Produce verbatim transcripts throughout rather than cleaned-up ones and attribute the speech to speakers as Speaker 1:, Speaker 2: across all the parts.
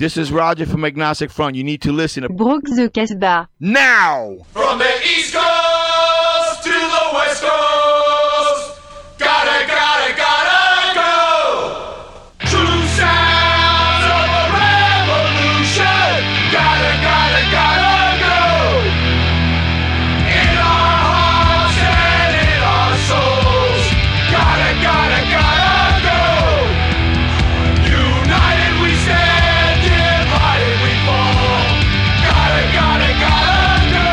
Speaker 1: This is Roger from Agnostic Front. You need to listen to
Speaker 2: Brooks the Casbah.
Speaker 1: Now!
Speaker 3: From the East Coast to the West Coast, gotta, gotta, gotta go. True sounds of a revolution, gotta, gotta, gotta go. In our hearts and in our souls, gotta, gotta, gotta go. United we stand, divided we fall. Gotta, gotta, gotta go.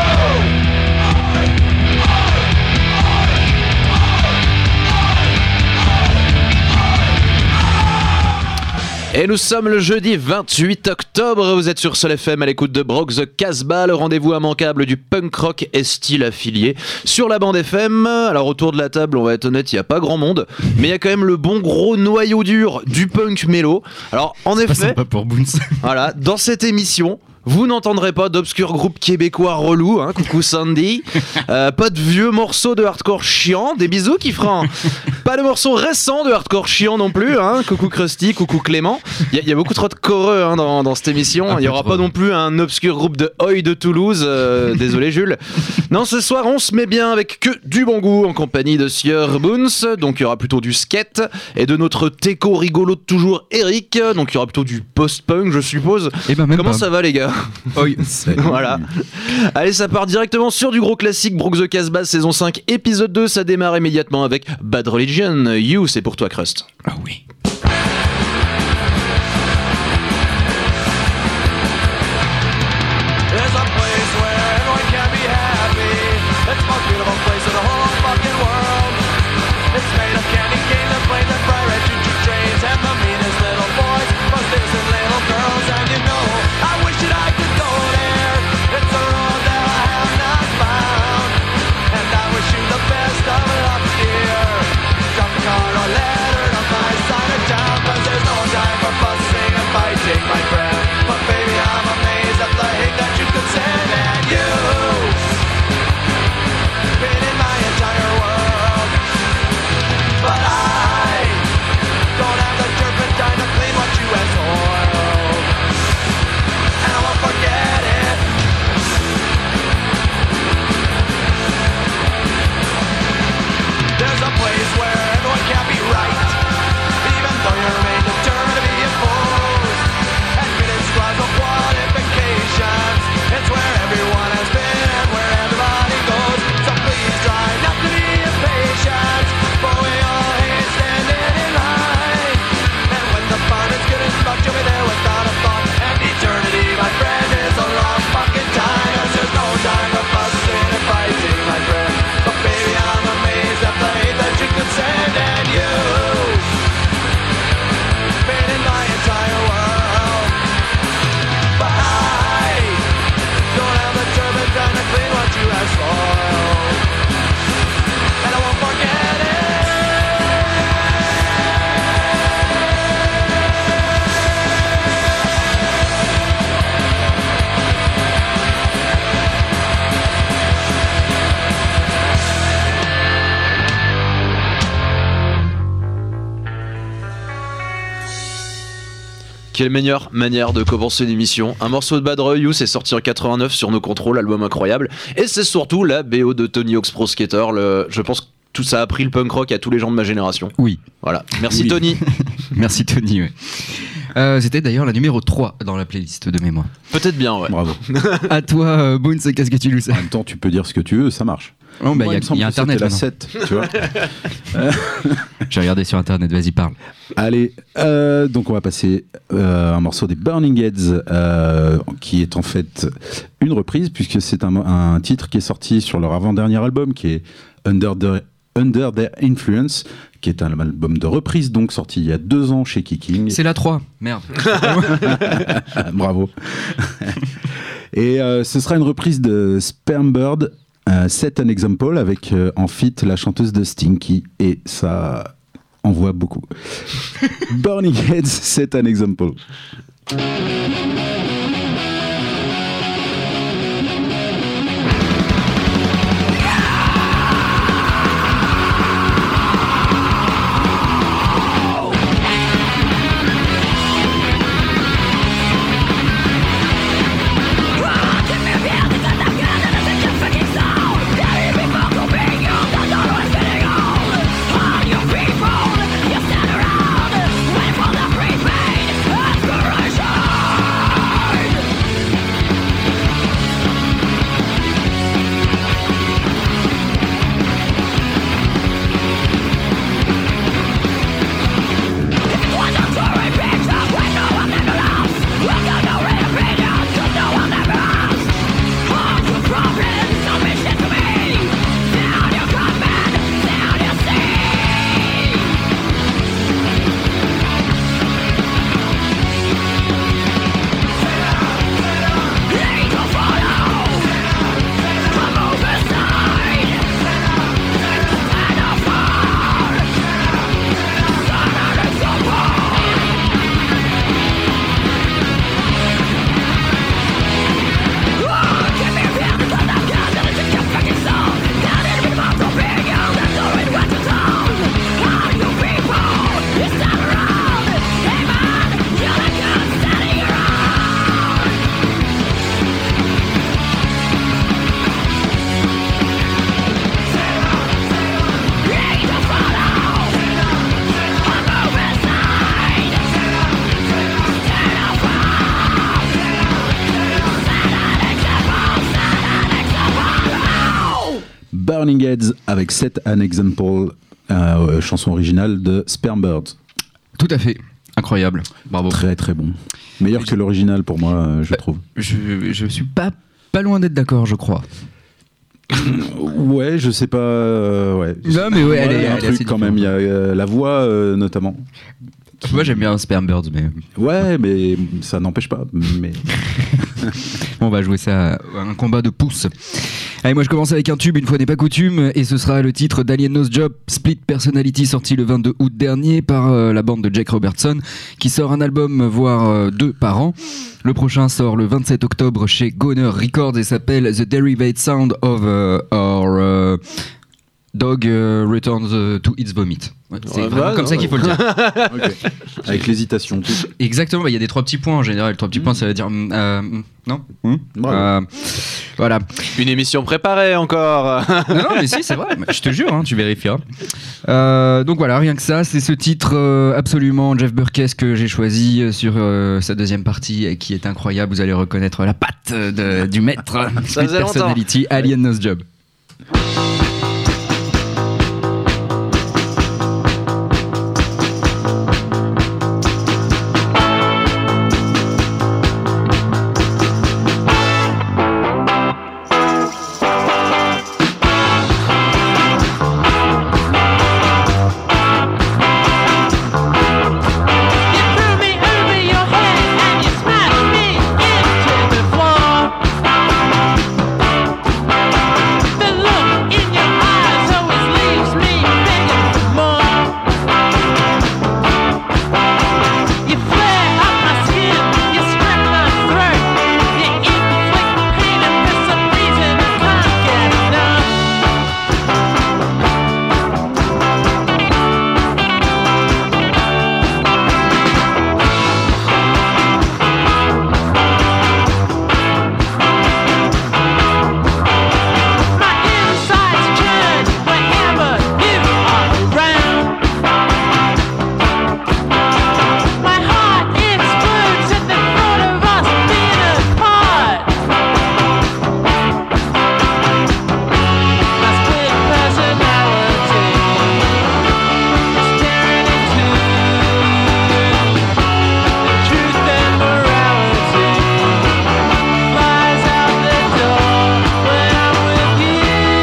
Speaker 4: Et nous sommes le jeudi vingt-huit octobre, vous êtes sur Sol F M à l'écoute de Brooks the Casbah, le rendez-vous immanquable du punk rock et style affilié sur la bande F M. Alors autour de la table, on va être honnête, il n'y a pas grand monde, mais il y a quand même le bon gros noyau dur du punk mélo. Alors en
Speaker 5: C'est
Speaker 4: effet,
Speaker 5: pas sympa pour Boons.
Speaker 4: voilà, dans cette émission, vous n'entendrez pas d'obscurs groupes québécois relous, hein, coucou Sandy, euh, pas de vieux morceaux de hardcore chiant, des bisous qui feront, pas de morceaux récents de hardcore chiant non plus, hein, coucou Krusty, coucou Clément, il y, y a beaucoup trop de choreux hein, dans, dans cette émission, il n'y aura pas non plus un obscur groupe de Oi de Toulouse, euh, désolé Jules. Non, ce soir on se met bien avec que du bon goût en compagnie de Sieur Boons, donc il y aura plutôt du skate, et de notre teco rigolo de toujours Eric, donc il y aura plutôt du post-punk je suppose.
Speaker 5: Et ben même
Speaker 4: Comment
Speaker 5: pas.
Speaker 4: ça va les gars?
Speaker 5: Oi.
Speaker 4: Voilà. Allez, ça part directement sur du gros classique Brooks the Casbah saison cinq épisode deux, ça démarre immédiatement avec Bad Religion. You, c'est pour toi Crust.
Speaker 5: Ah oui.
Speaker 3: There's a place where everyone can be happy. It's the most beautiful place in the whole fucking world. It's made of candy canes and planes and bright red choo-choo trains and the meanest little boys, most innocent little girls. And you know, I wish that I could go there. It's a road that I have not found. And I wish you the best of luck, dear. Drop a card or letter on my side of town, 'cause there's no time for fussing and fighting, my friend. But baby, I'm amazed at the hate that you could send. And you've been in my entire world, but I don't have the turpentine to clean what you have soiled, and I won't forget it. There's a place where everyone can be right, even though you remain determined to be imposed. Admitted squads of qualifications. It's where everyone has been and where everybody goes. So please try not to be impatient, for we all hate standing in line. And when the fun is good as fuck, you'll be there without a thought. And eternity, my friend, is a long fucking time. 'Cause there's no time for fussing and fighting, my friend. But baby, I'm amazed at the hate that you could send. And you've been in my entire world, but I don't have the turpentine to clean what you have soiled, and I won't forget it.
Speaker 4: Quelle meilleure manière de commencer une émission. Un morceau de Bad Religion, c'est sorti en quatre-vingt-neuf sur nos contrôles, album incroyable. Et c'est surtout la B O de Tony Hawk's Pro Skater. Le, je pense que tout ça a pris le punk rock à tous les gens de ma génération.
Speaker 5: Oui.
Speaker 4: Voilà. Merci
Speaker 5: Oui.
Speaker 4: Tony.
Speaker 5: Merci Tony. Ouais. Euh, c'était d'ailleurs la numéro trois dans la playlist de mémoire.
Speaker 4: Peut-être bien, ouais.
Speaker 6: Bravo.
Speaker 5: À toi, euh, Boons, qu'est-ce que tu nous sais?
Speaker 6: En même temps, tu peux dire ce que tu veux, ça marche.
Speaker 5: Oh, bah,
Speaker 6: Moi,
Speaker 5: y a-
Speaker 6: il me semble
Speaker 5: y a
Speaker 6: que c'était
Speaker 5: Internet
Speaker 6: la
Speaker 5: maintenant.
Speaker 6: sept, tu vois.
Speaker 5: J'ai regardé sur internet, vas-y parle.
Speaker 6: Allez, euh, donc on va passer euh, un morceau des Burning Heads euh, qui est en fait une reprise puisque c'est un, un titre qui est sorti sur leur avant-dernier album qui est Under, the, Under Their Influence, qui est un album de reprise donc sorti il y a deux ans chez Kicking.
Speaker 5: C'est la trois, merde.
Speaker 6: Bravo. Et euh, ce sera une reprise de Sperm Bird, euh, Set an Example, avec euh, en feat la chanteuse de Stinky, et ça envoie beaucoup. Burning Heads, Set an Example.
Speaker 3: We'll be right back.
Speaker 6: Burning Heads avec Set an Example, euh, chanson originale de Sperm Birds.
Speaker 5: Tout à fait. Incroyable. Bravo.
Speaker 6: Très très bon. Meilleur que l'original pour moi, euh, je
Speaker 5: Bah,
Speaker 6: trouve.
Speaker 5: Je, je suis pas, pas loin d'être d'accord, je crois.
Speaker 6: Ouais, je sais pas. euh, ouais.
Speaker 5: Non, mais ouais, elle
Speaker 6: Il
Speaker 5: est-
Speaker 6: y a un
Speaker 5: elle est
Speaker 6: truc
Speaker 5: assez
Speaker 6: quand même. Il y a euh, la voix euh, notamment.
Speaker 5: Moi, j'aime bien Sperm Birds, mais
Speaker 6: Ouais, mais ça n'empêche pas. Mais
Speaker 5: on va jouer ça à un combat de pouces. Allez, moi je commence avec un tube, une fois n'est pas coutume, et ce sera le titre d'Alien Nose Job, Split Personality, sorti le vingt-deux août dernier par euh, la bande de Jack Robertson, qui sort un album, voire euh, deux par an. Le prochain sort le vingt-sept octobre chez Goner Records et s'appelle The Derivate Sound of uh, Our uh, Dog uh, Returns uh, to Its Vomit. Ouais, c'est
Speaker 4: Ouais,
Speaker 5: vraiment
Speaker 4: bah,
Speaker 5: comme
Speaker 4: non,
Speaker 5: ça qu'il faut le dire.
Speaker 6: ok. Avec l'hésitation. Tout.
Speaker 5: Exactement, bah, il y a des trois petits points en général. Trois petits points, ça veut dire. mm, euh, mm, non
Speaker 6: Bravo.
Speaker 5: Euh, Voilà.
Speaker 4: Une émission préparée encore.
Speaker 5: Non, non, mais si, c'est vrai. Je te jure, hein, tu vérifieras. Euh, donc voilà, rien que ça, c'est ce titre euh, absolument Jeff Burkes que j'ai choisi euh, sur euh, sa deuxième partie et qui est incroyable. Vous allez reconnaître la patte de- du maître.
Speaker 4: Ça faisait longtemps.
Speaker 5: Personality, Alien Nose Job.
Speaker 2: You threw me over your head and you smashed me into the floor. The look in your eyes always leaves me begging for more. You flare up my skin, you strip my throat, you inflict pain, and for some reason I can't get enough. My insides turn whenever you are around. My heart explodes at the thought of us being apart. My split personality is tearing in two. The truth and morality flies out the door when I'm with you.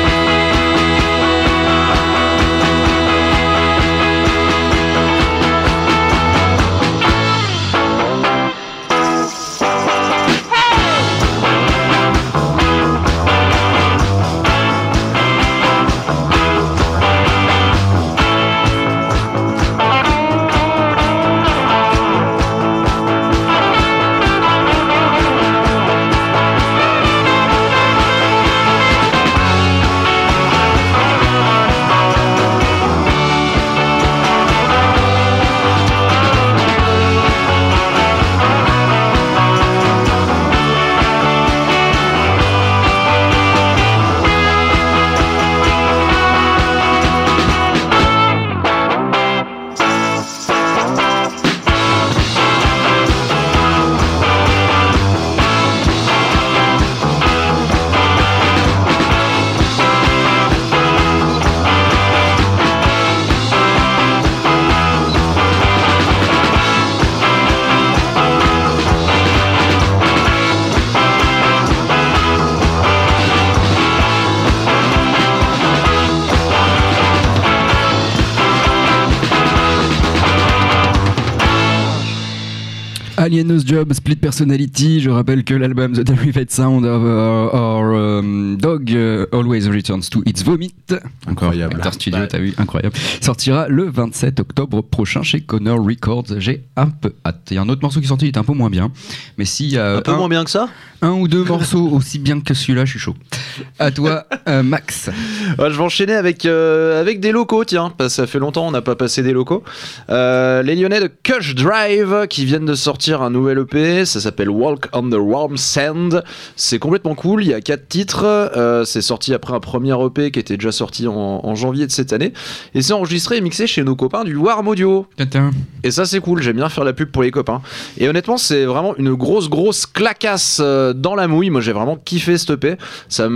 Speaker 5: Alien Nose Job, Split Personality. Je rappelle que l'album The Derivate Sound of Our, our, um, Dog uh, Always Returns to Its Vomit.
Speaker 6: Incroyable.
Speaker 5: Acteur Studio, t'as vu, incroyable. Sortira le vingt-sept octobre prochain chez Connor Records. J'ai un peu hâte. Il y a un autre morceau qui est sorti, il est un peu moins bien. Mais s'il y a
Speaker 4: Un peu
Speaker 5: un,
Speaker 4: moins bien que ça.
Speaker 5: un ou deux morceaux aussi bien que celui-là, je suis chaud. À toi, euh, Max.
Speaker 4: Ouais, je vais enchaîner avec, euh, avec des locaux, tiens, parce que ça fait longtemps on n'a pas passé des locaux. Euh, les Lyonnais de Cush Drive qui viennent de sortir un nouvel E P, ça s'appelle Walk on the Warm Sand. C'est complètement cool, il y a quatre titres, euh, c'est sorti après un premier E P qui était déjà sorti en, en janvier de cette année, et c'est enregistré et mixé chez nos copains du Warm Audio.
Speaker 5: Tintin.
Speaker 4: Et ça c'est cool, j'aime bien faire la pub pour les copains. Et honnêtement c'est vraiment une grosse grosse clacasse euh, dans la mouille, moi j'ai vraiment kiffé cette E P, ça m'a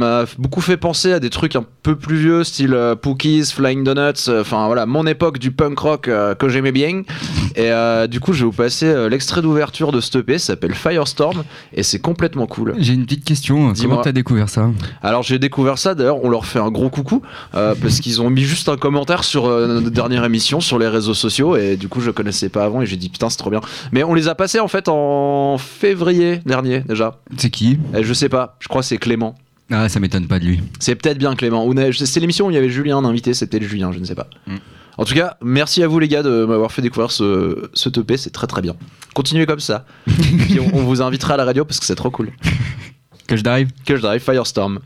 Speaker 4: m'a beaucoup fait penser à des trucs un peu plus vieux, style euh, Pookies, Flying Donuts, enfin euh, voilà, mon époque du punk rock euh, que j'aimais bien. Et euh, du coup, je vais vous passer euh, l'extrait d'ouverture de cette E P, ça s'appelle Firestorm, et c'est complètement cool.
Speaker 5: J'ai une petite question.
Speaker 4: Dis-moi.
Speaker 5: Comment t'as découvert ça?
Speaker 4: Alors j'ai découvert ça, d'ailleurs on leur fait un gros coucou euh, parce qu'ils ont mis juste un commentaire sur euh, notre dernière émission sur les réseaux sociaux, et du coup je connaissais pas avant et j'ai dit putain c'est trop bien. Mais on les a passés en fait en février dernier déjà.
Speaker 5: C'est qui?
Speaker 4: Et je sais pas, je crois que c'est Clément.
Speaker 5: Ah, ça m'étonne pas de lui.
Speaker 4: C'est peut-être bien Clément. Ou n'a- C'est l'émission où il y avait Julien d'invité, c'est peut-être Julien, je ne sais pas.
Speaker 5: Mm.
Speaker 4: En tout cas, merci à vous les gars de m'avoir fait découvrir ce, ce T P, c'est très très bien. Continuez comme ça. Puis on, on vous invitera à la radio parce que c'est trop cool.
Speaker 5: Que je drive?
Speaker 4: Que je drive Firestorm.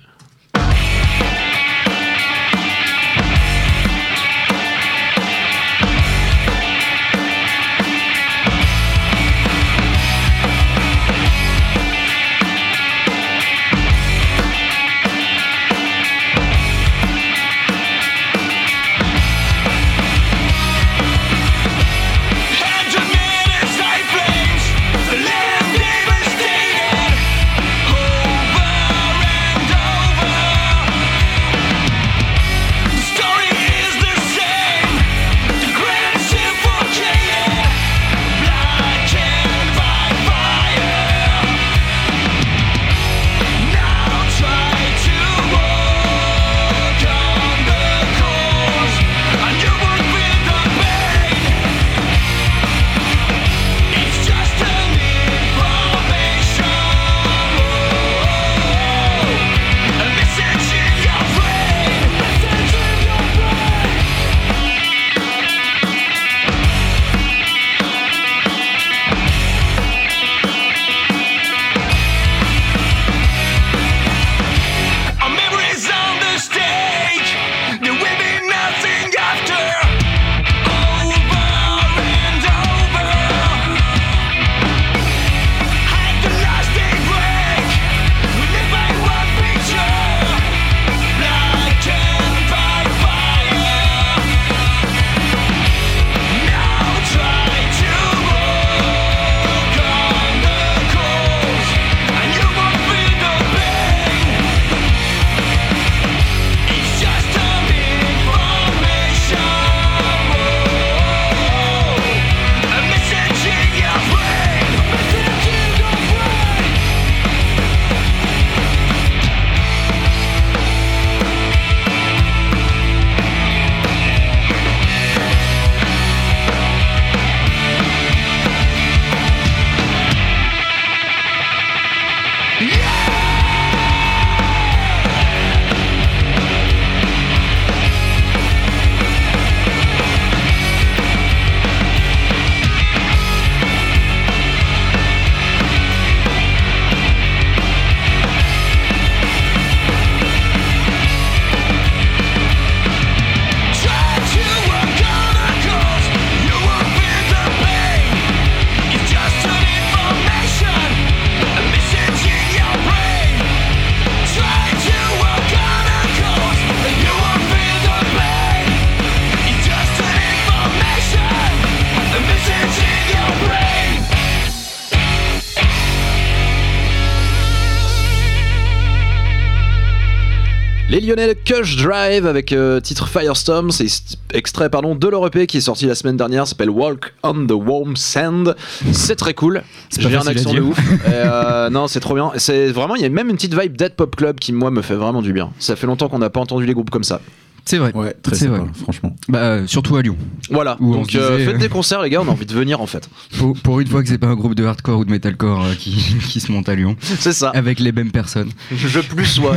Speaker 4: Les Lyonnais de Cush Drive avec euh, titre Firestorm, c'est extrait pardon, de leur E P qui est sorti la semaine dernière, s'appelle Walk on the Warm Sand. C'est très cool,
Speaker 5: C'est pas
Speaker 4: j'ai un
Speaker 5: facile à
Speaker 4: accent
Speaker 5: dire.
Speaker 4: de ouf. Et, euh, non, c'est trop bien. C'est vraiment, il y a même une petite vibe Dead Pop Club qui moi me fait vraiment du bien. Ça fait longtemps qu'on n'a pas entendu les groupes comme ça.
Speaker 5: C'est vrai.
Speaker 6: Ouais, très
Speaker 5: C'est
Speaker 6: sympa,
Speaker 5: vrai.
Speaker 6: franchement.
Speaker 5: Bah, euh, surtout à Lyon.
Speaker 4: Voilà,
Speaker 5: Où on
Speaker 4: donc
Speaker 5: se
Speaker 4: euh,
Speaker 5: disait,
Speaker 4: faites
Speaker 5: euh,
Speaker 4: des concerts les gars, on a envie de venir en fait.
Speaker 5: Pour, pour une fois que c'est pas un groupe de hardcore ou de metalcore euh, qui, qui se monte à Lyon,
Speaker 4: C'est ça,
Speaker 5: avec les mêmes personnes.
Speaker 4: je plus sois.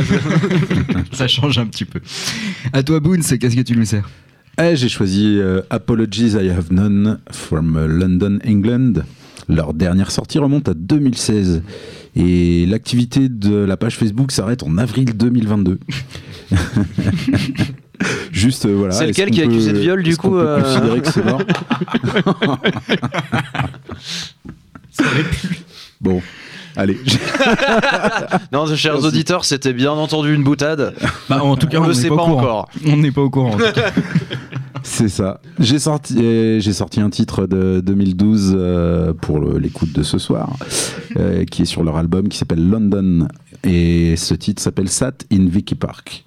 Speaker 4: je-
Speaker 5: Ça change un petit peu. À toi, Boone, c'est qu'est-ce que tu nous sers?
Speaker 6: Eh, j'ai choisi euh, Apologies I Have None from euh, London, England. Leur dernière sortie remonte à deux mille seize. Et l'activité de la page Facebook s'arrête en avril deux mille vingt-deux. Juste, euh, voilà.
Speaker 4: C'est
Speaker 6: est-ce
Speaker 4: lequel
Speaker 6: qu'on
Speaker 4: qui est
Speaker 6: peut-
Speaker 4: accusé de viol, du
Speaker 6: est-ce qu'on
Speaker 4: coup,
Speaker 6: peut
Speaker 4: euh
Speaker 6: considérer que c'est mort. Bon, allez.
Speaker 4: Non, chers
Speaker 6: Merci.
Speaker 4: auditeurs, c'était bien entendu une boutade.
Speaker 5: Bah, en tout cas,
Speaker 4: On
Speaker 5: on
Speaker 4: le
Speaker 5: n'est
Speaker 4: sait
Speaker 5: pas,
Speaker 4: pas
Speaker 5: au courant.
Speaker 4: encore.
Speaker 5: On n'est pas au courant. en tout cas.
Speaker 6: C'est ça. J'ai sorti, euh, j'ai sorti un titre de deux mille douze euh, pour le- l'écoute de ce soir, euh, qui est sur leur album qui s'appelle London Et ce titre s'appelle Sat in Vicky Park.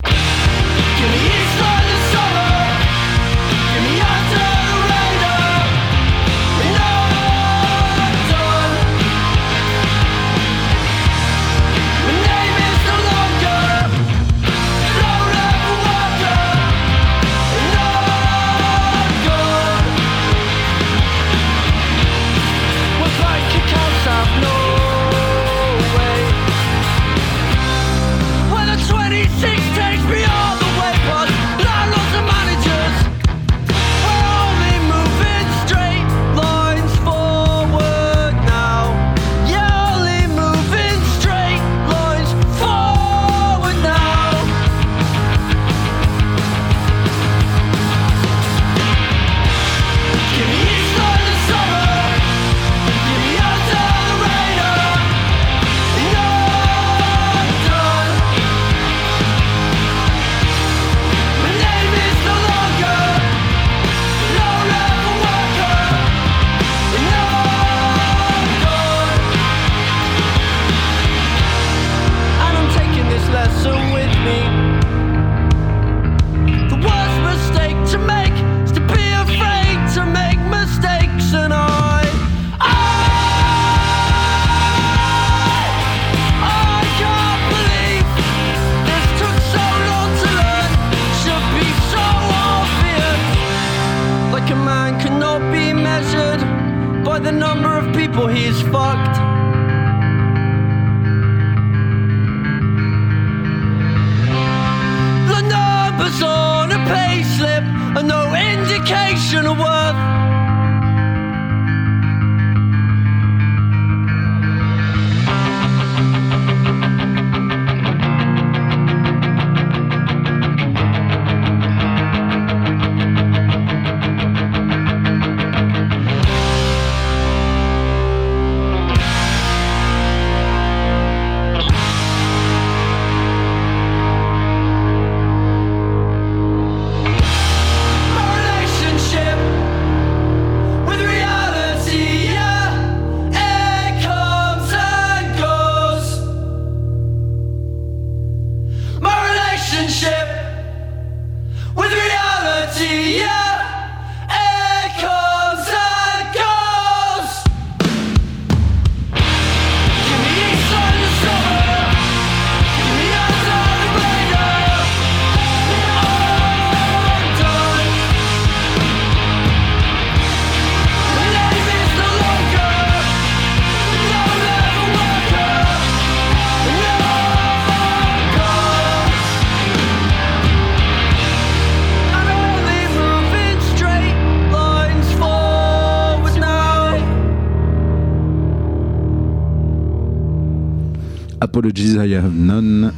Speaker 6: Apologies I Have None,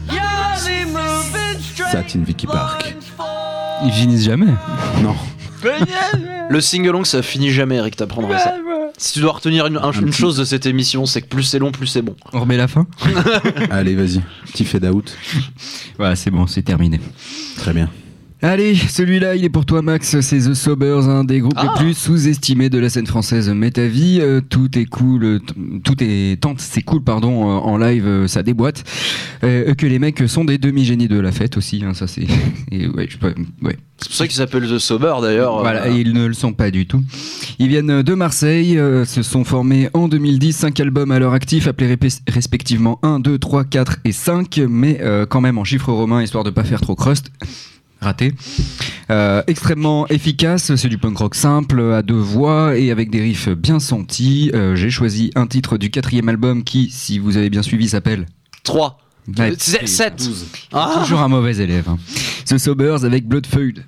Speaker 6: Sat in Vicky Park.
Speaker 5: Ils finissent jamais.
Speaker 6: Non.
Speaker 4: Le sing-along, ça finit jamais, Eric, t'apprendras ça. Si tu dois retenir une, un- une chose de cette émission, c'est que plus c'est long, plus c'est bon.
Speaker 5: On remet la fin.
Speaker 6: Allez, vas-y, petit fade out.
Speaker 5: Voilà, c'est bon, c'est terminé.
Speaker 6: Très bien.
Speaker 5: Allez, celui-là, il est pour toi, Max. C'est The Sobbers, un des groupes
Speaker 4: Ah.
Speaker 5: les plus sous-estimés de la scène française. Mais ta vie, euh, tout est cool, euh, t- tout est tant c'est cool, pardon, euh, en live, euh, ça déboîte. Euh, que les mecs sont des demi-génies de la fête aussi. Hein, ça c'est. Et ouais, je peux- ouais.
Speaker 4: C'est pour ça qu'ils s'appellent The Sober d'ailleurs.
Speaker 5: Voilà,
Speaker 4: Euh,
Speaker 5: et ils ne le sont pas du tout. Ils viennent de Marseille, euh, se sont formés en deux mille dix, cinq albums à leur actif, appelés répé- respectivement un, deux, trois, quatre et cinq, mais euh, quand même en chiffres romains, histoire de pas faire trop crust. Raté. Euh, extrêmement efficace, c'est du punk rock simple, à deux voix et avec des riffs bien sentis. Euh, j'ai choisi un titre du quatrième album qui, si vous avez bien suivi, s'appelle...
Speaker 4: trois.
Speaker 5: Ouais,
Speaker 4: C'est- sept. Ah.
Speaker 5: Toujours un mauvais élève. Hein. The Sobbers avec Blood Feud.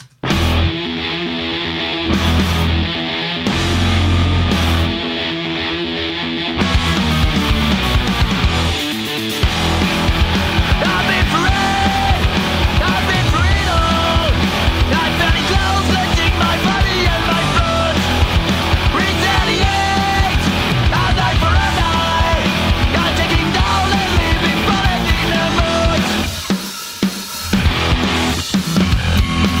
Speaker 3: I've been free, I've been freedom. I've barely clothes, letting my body and my blood retaliate. I die for a lie. I'm taking down and leaving bullet in the mud.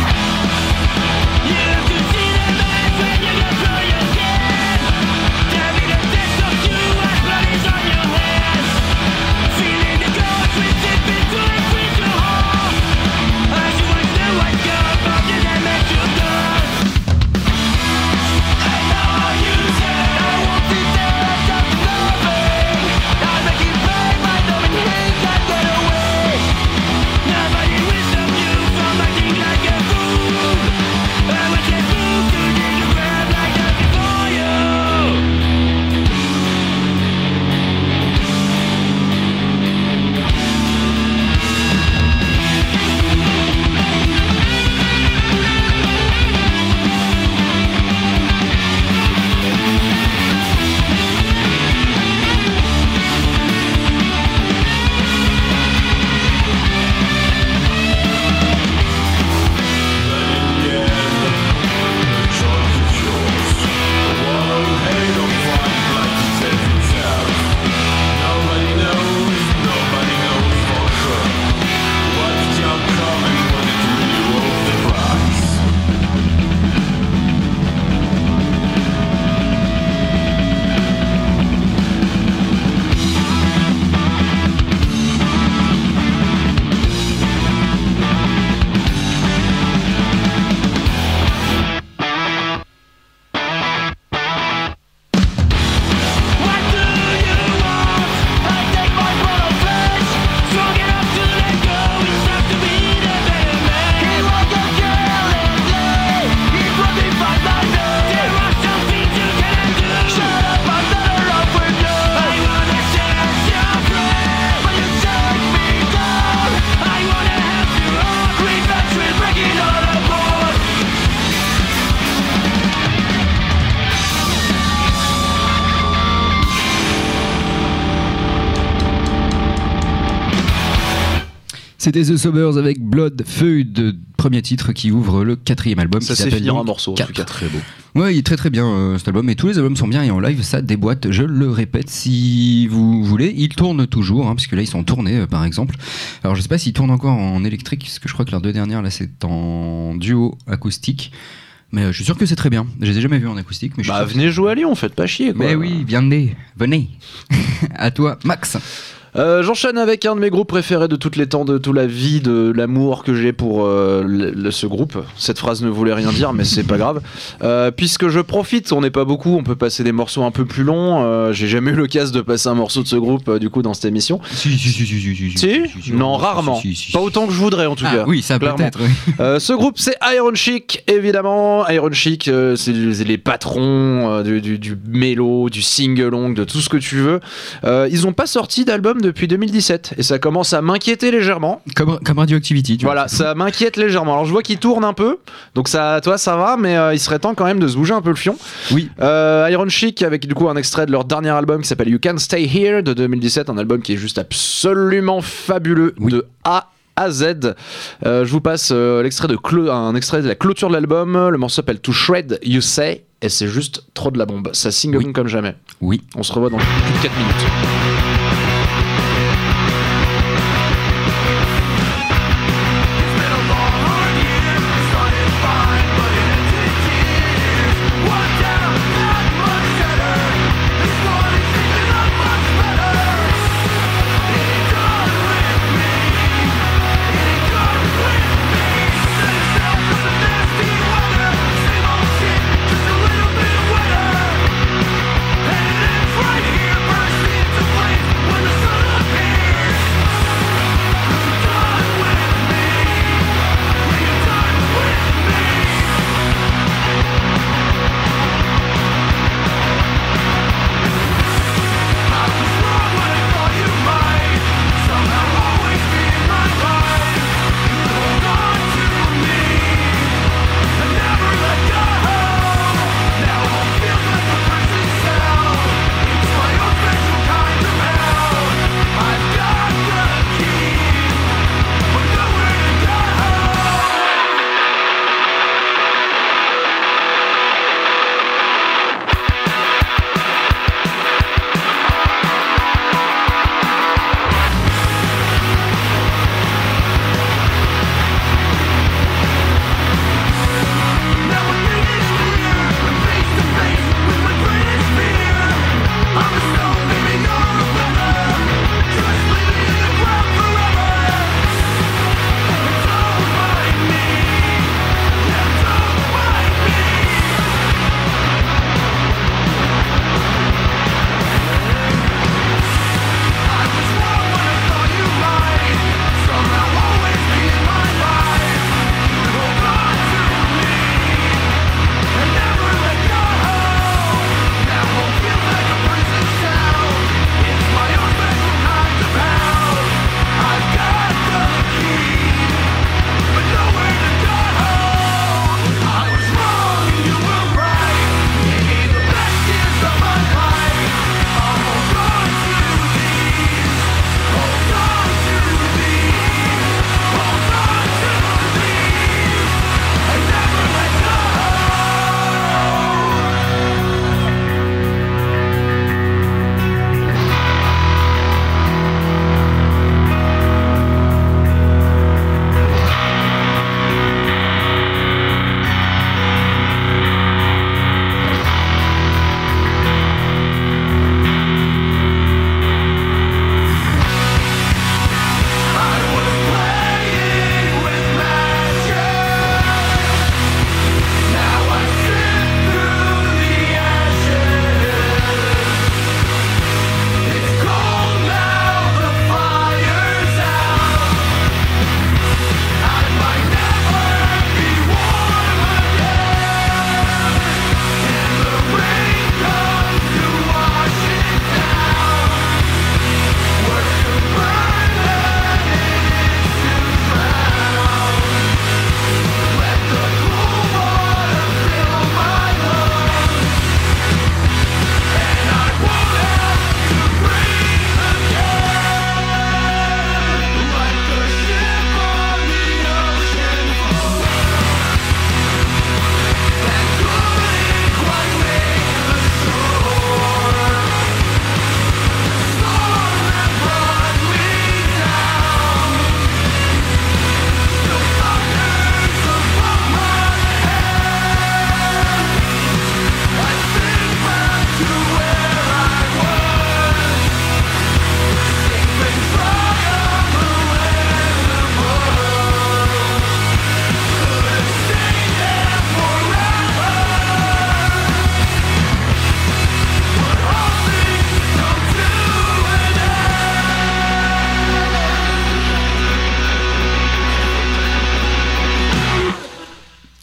Speaker 5: C'était The Sobers avec Blood Feud, premier titre qui ouvre le quatrième album.
Speaker 4: Ça
Speaker 5: qui
Speaker 4: sait
Speaker 5: s'appelle
Speaker 4: finir un
Speaker 5: donc
Speaker 4: morceau, en
Speaker 5: quatre.
Speaker 4: tout cas.
Speaker 6: Très beau.
Speaker 5: Ouais, il est très très bien euh, cet album, et tous les albums sont bien, et en live ça déboîte, je le répète si vous voulez. Ils tournent toujours, hein, puisque là ils sont tournés euh, par exemple. Alors je sais pas s'ils tournent encore en électrique, parce que je crois que leurs deux dernières là c'est en duo acoustique. Mais euh, je suis sûr que c'est très bien. Je les ai jamais vus en acoustique, mais je suis
Speaker 4: Bah,
Speaker 5: sûr que
Speaker 4: venez jouer à Lyon, faites pas chier,
Speaker 5: c'est-
Speaker 4: quoi.
Speaker 5: Mais oui, venez, venez. À toi, Max.
Speaker 4: Euh, J'enchaîne avec un de mes groupes préférés de toutes les temps, de toute la vie, de l'amour que j'ai pour euh, le- le- ce groupe. Cette phrase ne voulait rien dire, mais c'est pas grave. Euh, puisque je profite, on n'est pas beaucoup, on peut passer des morceaux un peu plus longs. Euh, J'ai jamais eu l'occasion de passer un morceau de ce groupe euh, du coup dans cette émission.
Speaker 5: Si, si, si, si, si,
Speaker 4: Si Non, rarement. Pas autant que je voudrais en tout
Speaker 5: Ah
Speaker 4: cas.
Speaker 5: oui, ça
Speaker 4: clairement.
Speaker 5: peut-être. Oui.
Speaker 4: Euh, ce groupe, c'est Iron Chic, évidemment. Iron Chic, euh, c'est les les patrons euh, du, du, du mélo, du sing-along, de tout ce que tu veux. Euh, ils n'ont pas sorti d'album depuis deux mille dix-sept et ça commence à m'inquiéter légèrement.
Speaker 5: Comme, comme Radioactivity. Tu
Speaker 4: Voilà, ça m'inquiète légèrement. Alors je vois qu'ils tournent un peu, donc ça, toi, ça va, mais euh, il serait temps quand même de se bouger un peu le fion.
Speaker 5: Oui.
Speaker 4: Euh, Iron Chic avec du coup un extrait de leur dernier album qui s'appelle You Can Stay Here de deux mille dix-sept, un album qui est juste absolument fabuleux
Speaker 5: Oui.
Speaker 4: de A à Z. Euh, je vous passe euh, l'extrait de clo- un extrait de la clôture de l'album. Le morceau s'appelle To Shred You Say et c'est juste trop de la bombe. Ça single
Speaker 5: Oui.
Speaker 4: comme jamais.
Speaker 5: Oui.
Speaker 4: On se revoit dans plus de quatre minutes.
Speaker 3: Right here, burst into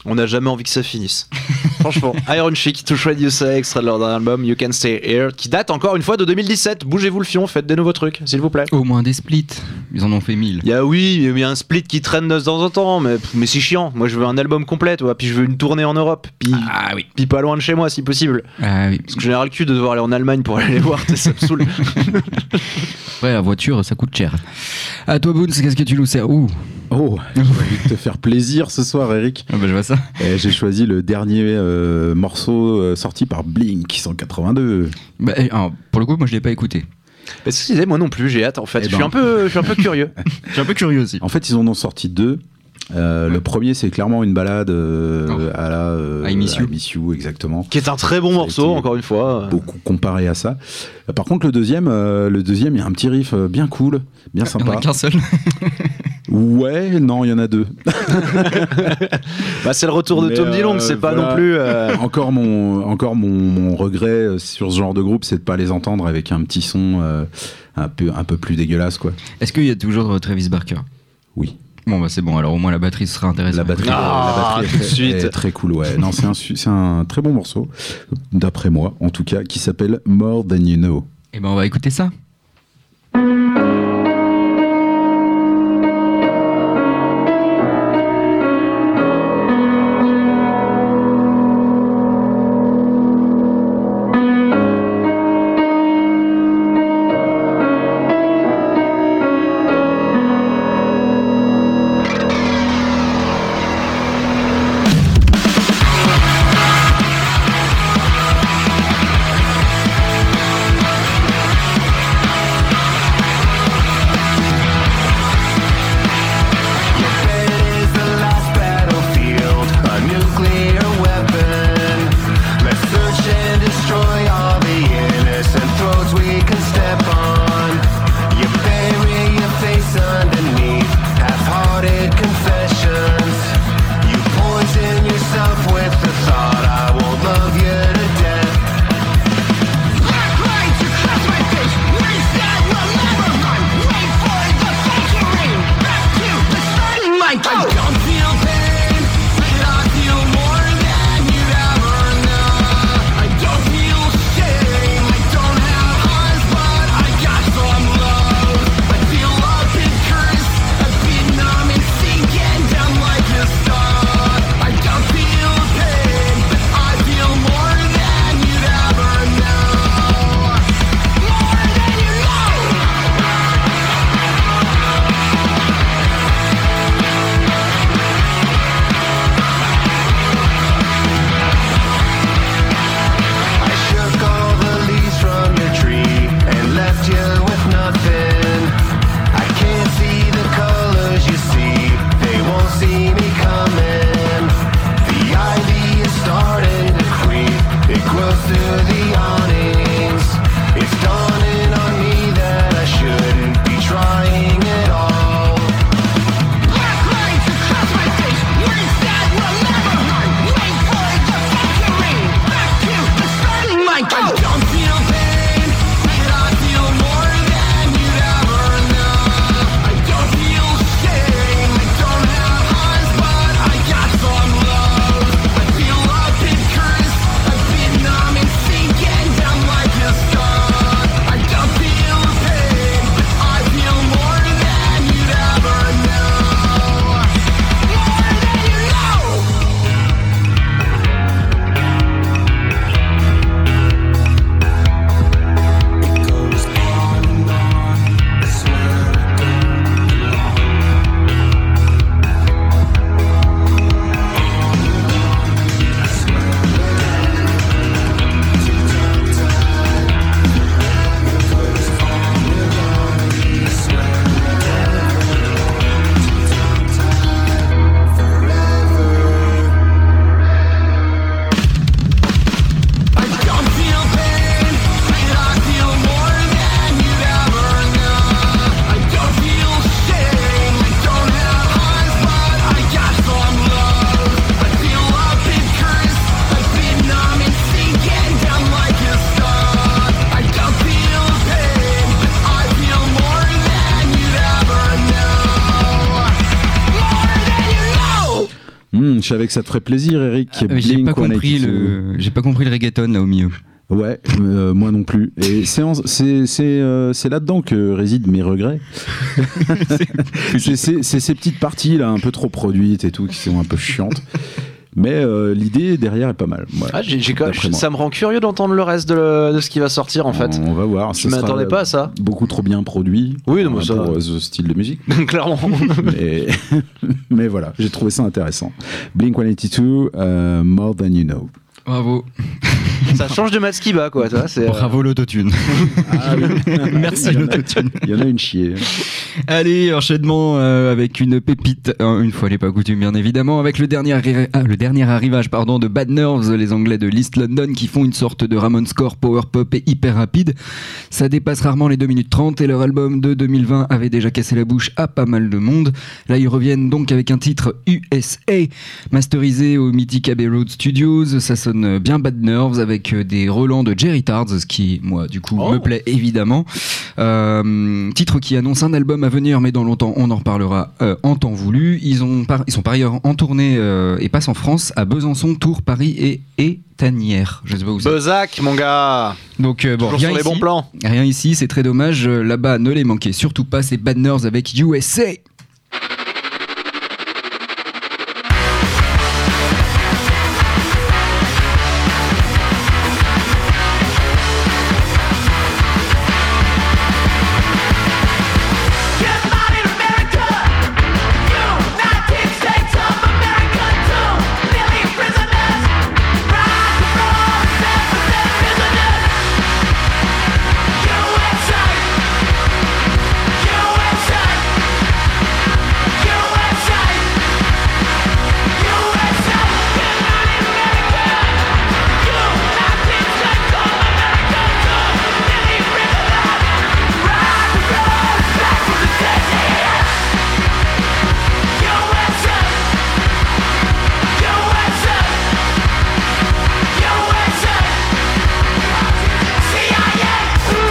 Speaker 4: On n'a jamais envie que ça finisse. Franchement, Iron Chic, To Shred You Say, extrait de leur dernier album You Can Stay Here, qui date encore une fois de deux mille dix-sept. Bougez-vous le fion, faites des nouveaux trucs, s'il vous plaît.
Speaker 5: Au moins des splits. Ils en ont fait mille.
Speaker 4: Il y a oui, il y a un split qui traîne de temps en temps, mais, mais c'est chiant. Moi, je veux un album complet, tu vois. Puis je veux une tournée en Europe. Puis,
Speaker 5: Ah oui.
Speaker 4: puis pas loin de chez moi, si possible.
Speaker 5: Ah oui.
Speaker 4: Parce que j'ai le cul de devoir aller en Allemagne pour aller les voir, ça me saoule.
Speaker 5: Ouais, la voiture, ça coûte cher. À toi, Boons, qu'est-ce que tu nous sers? Ouh.
Speaker 6: Oh, j'ai envie de te faire plaisir ce soir, Eric.
Speaker 5: Ah bah, je vois ça.
Speaker 6: Et j'ai choisi le dernier euh, morceau euh, sorti par Blink cent quatre-vingt-deux.
Speaker 5: Bah, eh, alors, pour le coup, moi, je l'ai pas écouté.
Speaker 4: Mais c'est ce que je disais, moi non plus, j'ai hâte en fait.
Speaker 6: Eh
Speaker 4: je,
Speaker 6: ben.
Speaker 4: suis un peu, je suis un peu curieux.
Speaker 5: Je suis un peu curieux aussi.
Speaker 6: En fait, ils en ont sorti deux. Euh, Le premier, c'est clairement une balade euh,
Speaker 5: Oh.
Speaker 6: à la euh,
Speaker 5: I Miss You.
Speaker 6: I Miss You, exactement.
Speaker 4: Qui est un très bon
Speaker 6: Ça a
Speaker 4: morceau,
Speaker 6: été
Speaker 4: encore une fois.
Speaker 6: Beaucoup comparé à ça. Euh, Par contre, le deuxième, euh, le deuxième, il y a un petit riff euh, bien cool, bien
Speaker 5: Il y en
Speaker 6: sympa.
Speaker 5: a qu'un seul.
Speaker 6: Ouais, non, il y en a deux.
Speaker 4: Bah, c'est le retour de
Speaker 6: Mais,
Speaker 4: Tom
Speaker 6: euh,
Speaker 4: Dillon, c'est pas
Speaker 6: voilà.
Speaker 4: non plus. euh,
Speaker 6: Encore mon, encore mon, mon regret euh, sur ce genre de groupe, c'est de pas les entendre avec un petit son euh, un peu, un peu plus dégueulasse, quoi.
Speaker 5: Est-ce qu'il y a toujours euh, Travis Barker?
Speaker 6: Oui.
Speaker 5: Bon, bah c'est bon, alors au moins la batterie sera intéressante.
Speaker 6: La batterie,
Speaker 4: Ah,
Speaker 6: la batterie est,
Speaker 4: tout de
Speaker 6: très,
Speaker 4: suite.
Speaker 6: est très cool, ouais. Non, c'est un, su- c'est un très bon morceau, d'après moi, en tout cas, qui s'appelle More Than You Know.
Speaker 5: Et ben, on va écouter ça.
Speaker 3: More
Speaker 6: Je savais que ça te ferait plaisir, Eric.
Speaker 5: Ah, mais j'ai
Speaker 6: Blink
Speaker 5: pas compris
Speaker 6: cent quatre-vingt-douze.
Speaker 5: le, j'ai pas compris le reggaeton là au milieu.
Speaker 6: Ouais, euh, moi non plus. Et c'est, en- c'est, c'est, euh, c'est là-dedans que résident mes regrets. c'est, c'est, c'est ces petites parties là, un peu trop produites et tout, qui sont un peu chiantes. Mais euh, l'idée derrière est pas mal. Ouais,
Speaker 4: Ah, j'ai, j'ai quand-
Speaker 6: d'après moi.
Speaker 4: ça me rend curieux d'entendre le reste de, le- de ce qui va sortir en fait.
Speaker 6: On va voir.
Speaker 4: Je
Speaker 6: Ce sera
Speaker 4: m'attendais pas à ça.
Speaker 6: Beaucoup trop bien produit.
Speaker 4: Oui, non, mais
Speaker 6: euh,
Speaker 4: ça-
Speaker 6: pour euh, ce style de musique.
Speaker 4: Clairement.
Speaker 6: mais, mais voilà, j'ai trouvé ça intéressant. Blink cent quatre-vingt-douze, euh, More Than You Know.
Speaker 5: Bravo.
Speaker 4: Ça change de Matskiba quoi. Tu vois, c'est, euh,
Speaker 5: Bravo l'autotune.
Speaker 6: Ah, oui.
Speaker 5: Merci
Speaker 6: Il y en a-
Speaker 5: l'autotune.
Speaker 6: Il y en a une chier.
Speaker 5: Allez, enchaînement euh, avec une pépite, euh, une fois n'est pas coutume bien évidemment, avec le dernier, arri- ah, le dernier arrivage pardon, de Bad Nerves, les Anglais de l'East London qui font une sorte de Ramones score power pop et hyper rapide. Ça dépasse rarement les deux minutes trente et leur album de deux mille vingt avait déjà cassé la bouche à pas mal de monde. Là ils reviennent donc avec un titre U S A, masterisé au mythique Abbey Road Studios. Ça sonne bien Bad Nerves avec des relents de Jerry Tards, ce qui moi du coup
Speaker 4: Oh.
Speaker 5: me plaît évidemment. Euh, titre qui annonce un album à venir, mais dans longtemps on en reparlera euh, en temps voulu. Ils, ont par- ils sont par ailleurs en tournée euh, et passent en France à Besançon, Tours, Paris et Étanières. Je sais pas où c'est.
Speaker 4: Bezac, mon gars.
Speaker 5: Donc euh, bon,
Speaker 4: Toujours
Speaker 5: rien
Speaker 4: sur les
Speaker 5: ici,
Speaker 4: bons plans.
Speaker 5: rien ici, c'est très dommage. Euh, Là-bas, ne les manquez surtout pas. C'est Bad Nerves avec U S A.
Speaker 3: United America, United States of America, two million prisoners, right from seven prisoners. U S A, U S A, U S A, U S A. United America, United States of America, two million prisoners, right from seven prisoners. U S A, U S A, U S A, C I A.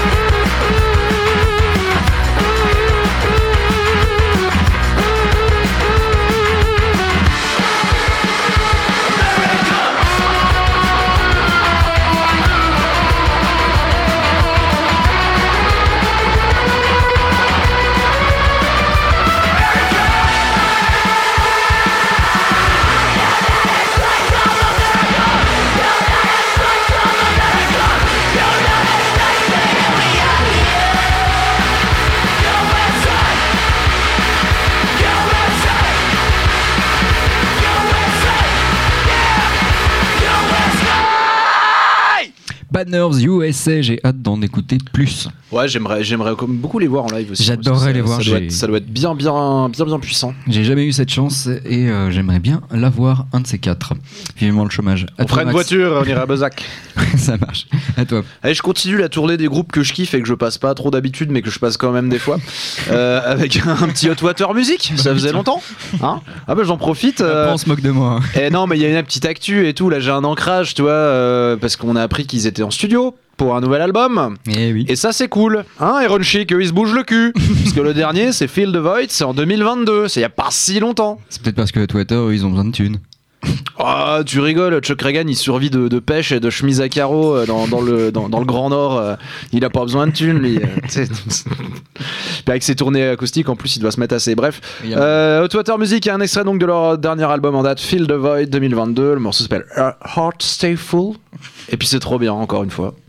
Speaker 5: Bad Nerves U S A. J'ai hâte d'en écouter plus.
Speaker 4: Ouais, j'aimerais, j'aimerais comme beaucoup les voir en live aussi.
Speaker 5: J'adorerais
Speaker 4: Parce que
Speaker 5: les
Speaker 4: ça-
Speaker 5: voir,
Speaker 4: Ça doit,
Speaker 5: j'ai-
Speaker 4: être, ça doit être bien, bien, bien, bien puissant.
Speaker 5: J'ai jamais eu cette chance et euh, j'aimerais bien l'avoir un de ces quatre. Vivement le chômage. À
Speaker 4: On
Speaker 5: toi,
Speaker 4: ferait une
Speaker 5: Max.
Speaker 4: voiture, on irait à Bezac.
Speaker 5: Ça marche. À toi.
Speaker 4: Allez, je continue la tournée des groupes que je kiffe et que je passe pas trop d'habitude, mais que je passe quand même des fois. Euh, avec un petit Hot Water Music, ça faisait longtemps. Hein ah bah j'en profite. euh,
Speaker 5: Après, on se moque de moi. hein.
Speaker 4: Et non, mais il y a une petite actu et tout. Là, j'ai un ancrage, tu vois, euh, parce qu'on a appris qu'ils étaient en studio pour un nouvel album.
Speaker 5: Eh oui.
Speaker 4: Et ça, c'est cool. Hein, Iron Chic, eux, ils se bougent le cul. Parce que le dernier, c'est Feel the Void, c'est en deux mille vingt-deux. C'est il y a pas si longtemps.
Speaker 5: C'est peut-être parce que Twitter, eux, ils ont besoin de thunes.
Speaker 4: Oh, tu rigoles, Chuck Reagan, il survit de, de pêche et de chemise à carreaux euh, dans, dans le, dans, dans le Grand Nord. euh, il a pas besoin de thunes, lui. euh, tu sais. Puis avec ses tournées acoustiques, en plus, il doit se mettre assez. Bref.
Speaker 5: Il y a-
Speaker 4: Euh, Hot Water Music, un extrait donc de leur dernier album en date, Feel the Void deux mille vingt-deux. Le morceau s'appelle Heart Stay Full. Et puis c'est trop bien, encore une fois.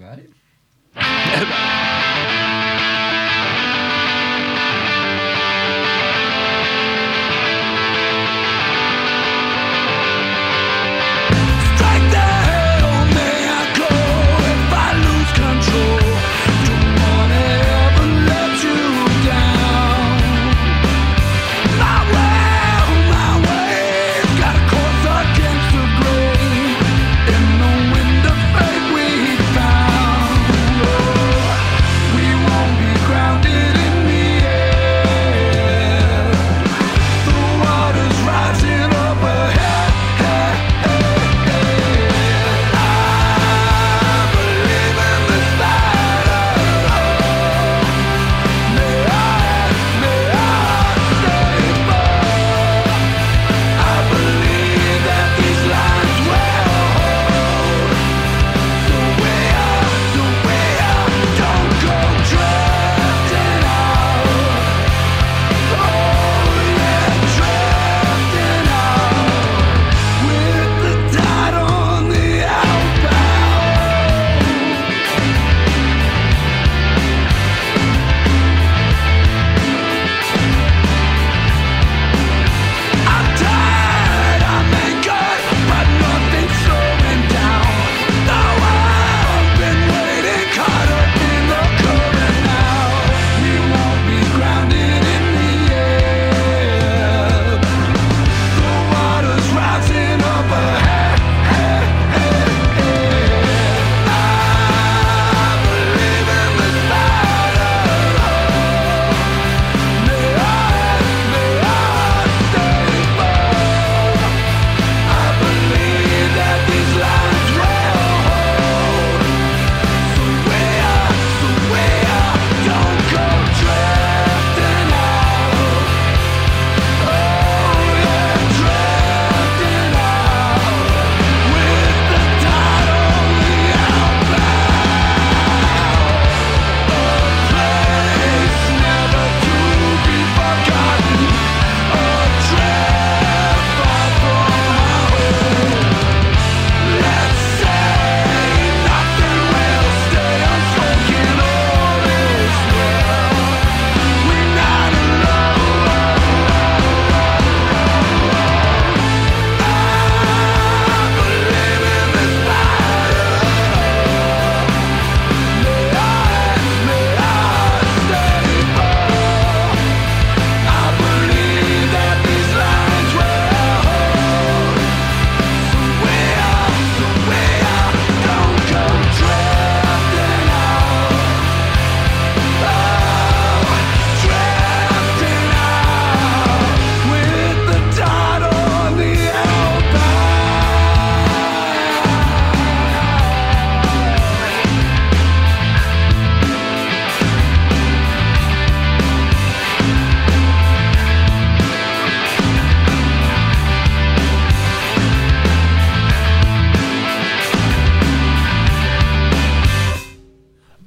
Speaker 3: Strike the hell, may I go if I lose control. Don't wanna ever let you down. My way, my way, got a course against the grain. In the wind of fate we found.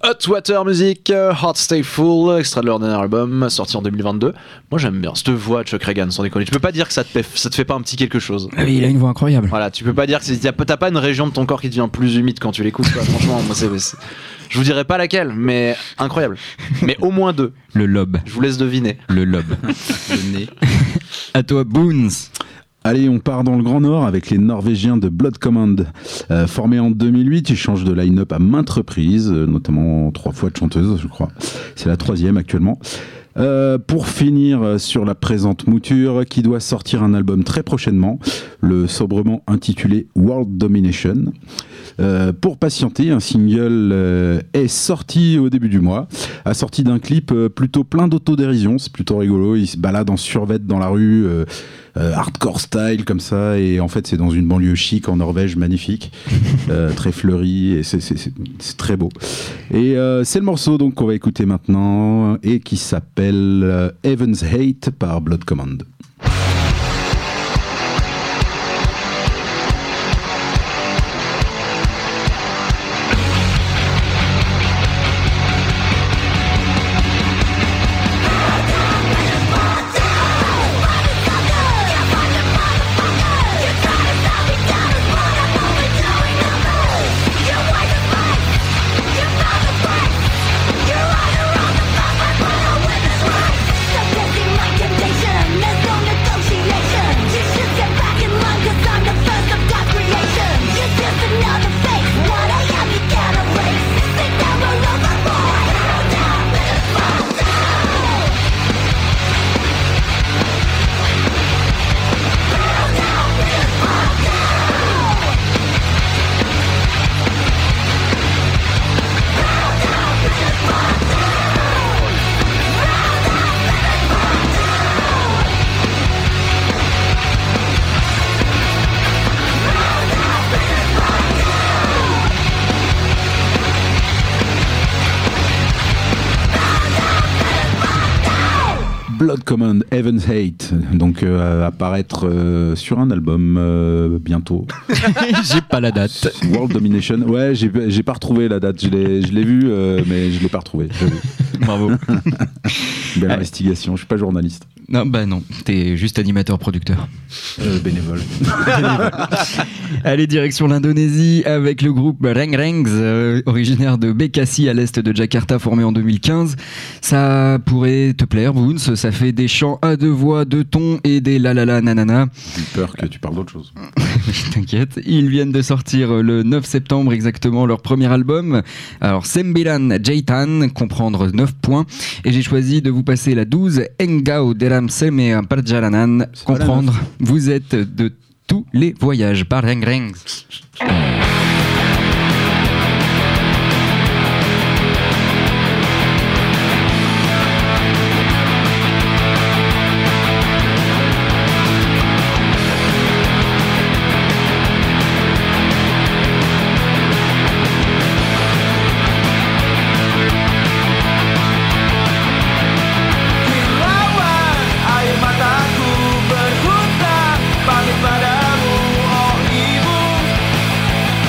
Speaker 4: Hot Water Music, euh, Heart Stay Full, extrait de leur dernier album, sorti en deux mille vingt-deux. Moi j'aime bien cette voix de Chuck Reagan, sans déconner. Tu peux pas dire que ça te fait, ça te fait pas un petit quelque chose.
Speaker 5: Ah oui, il a une voix incroyable.
Speaker 4: Voilà, tu peux pas dire que c'est- t'as t'as pas une région de ton corps qui devient plus humide quand tu l'écoutes. quoi. Franchement, moi c'est, c'est- je vous dirais pas laquelle, mais incroyable. Mais au moins deux.
Speaker 5: Le lobe.
Speaker 4: Je vous laisse deviner.
Speaker 5: Le lobe.
Speaker 6: Le nez.
Speaker 5: À toi, Boons.
Speaker 6: Allez, on part dans le Grand Nord avec les Norvégiens de Blood Command. Euh, formés en deux mille huit, ils changent de line-up à maintes reprises, euh, notamment trois fois de chanteuse, je crois. C'est la troisième actuellement. Euh, pour finir euh, sur la présente mouture, qui doit sortir un album très prochainement, le sobrement intitulé World Domination. Euh, pour patienter, un single euh, est sorti au début du mois, assorti d'un clip euh, plutôt plein d'autodérision, c'est plutôt rigolo, il se balade en survêt dans la rue, euh, euh, hardcore style comme ça, et en fait c'est dans une banlieue chic en Norvège, magnifique, euh, très fleurie, et c'est, c'est, c'est, c'est très beau. Et euh, c'est le morceau donc qu'on va écouter maintenant, et qui s'appelle euh, Heaven's Hate par Blood Command. Blood Command, Heaven's Hate, donc euh, apparaître euh, sur un album euh, bientôt.
Speaker 5: J'ai pas la date.
Speaker 6: World Domination, ouais, j'ai, j'ai pas retrouvé la date, je l'ai, je l'ai vu, euh, mais je l'ai pas retrouvé.
Speaker 5: Bravo.
Speaker 6: Belle investigation, je suis pas journaliste,
Speaker 5: Non, bah non, t'es juste animateur-producteur.
Speaker 6: euh, bénévole.
Speaker 5: Allez, direction l'Indonésie avec le groupe Reng Rengs, euh, originaire de Bekasi à l'est de Jakarta, formé en deux mille quinze. Ça pourrait te plaire, Boons, ça fait des chants à deux voix, deux tons et des la la la nanana.
Speaker 6: J'ai peur que tu parles d'autre chose.
Speaker 5: T'inquiète, ils viennent de sortir le neuf septembre exactement leur premier album. Alors Sembilan Jaitan, comprendre neuf points, et j'ai choisi de vous passer la douze, Engao Deram Semea Parjalanan,
Speaker 6: C'est pas la
Speaker 5: comprendre vous êtes de tous les voyages par Reng Rengs.
Speaker 3: Kilauan air mataku berhutang pamit padamu, oh ibu.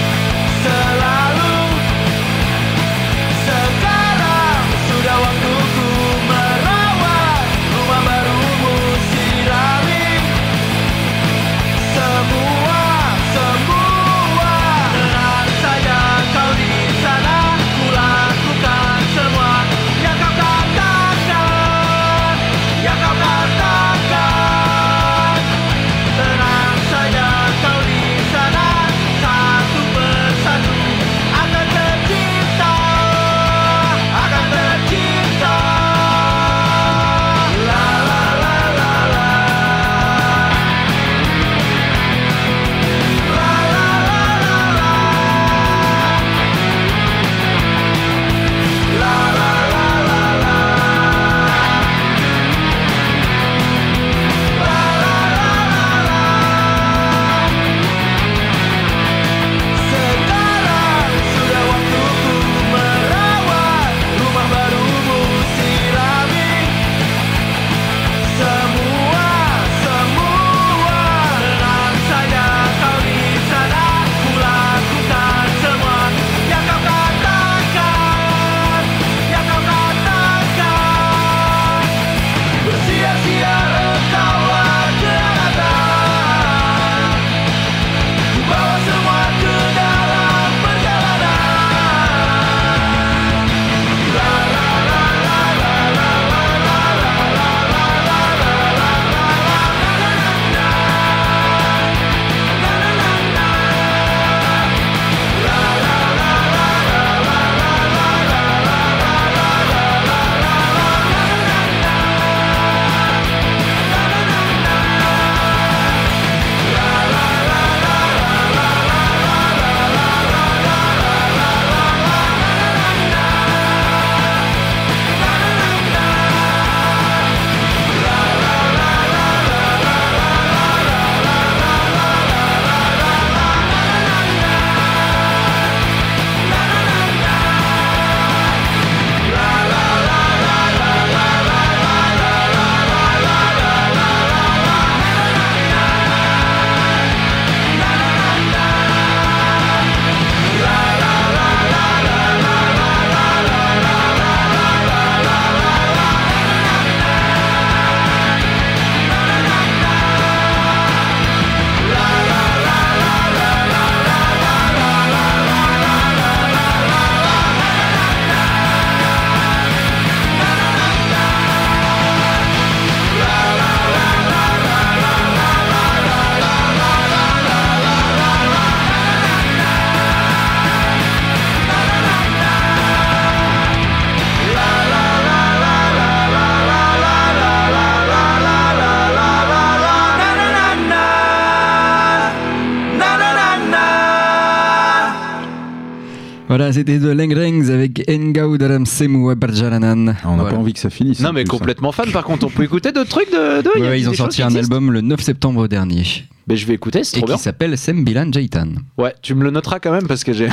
Speaker 5: Voilà, c'était de Lengrengs avec Engau Daram Semu Barjalanan.
Speaker 6: Ah, on n'a
Speaker 5: Voilà.
Speaker 6: pas envie que ça finisse.
Speaker 4: Non
Speaker 6: en
Speaker 4: mais
Speaker 6: plus, hein.
Speaker 4: complètement fan. Par contre, on peut écouter d'autres trucs de. de il y a
Speaker 5: Ouais, ils
Speaker 4: des
Speaker 5: ont
Speaker 4: choses
Speaker 5: sorti
Speaker 4: qui
Speaker 5: un
Speaker 4: existent.
Speaker 5: album le neuf septembre dernier
Speaker 4: Mais je vais écouter, c'est
Speaker 5: et
Speaker 4: trop
Speaker 5: qui
Speaker 4: bien.
Speaker 5: s'appelle Sembilan Jaitan.
Speaker 4: Ouais, tu me le noteras quand même parce que j'ai.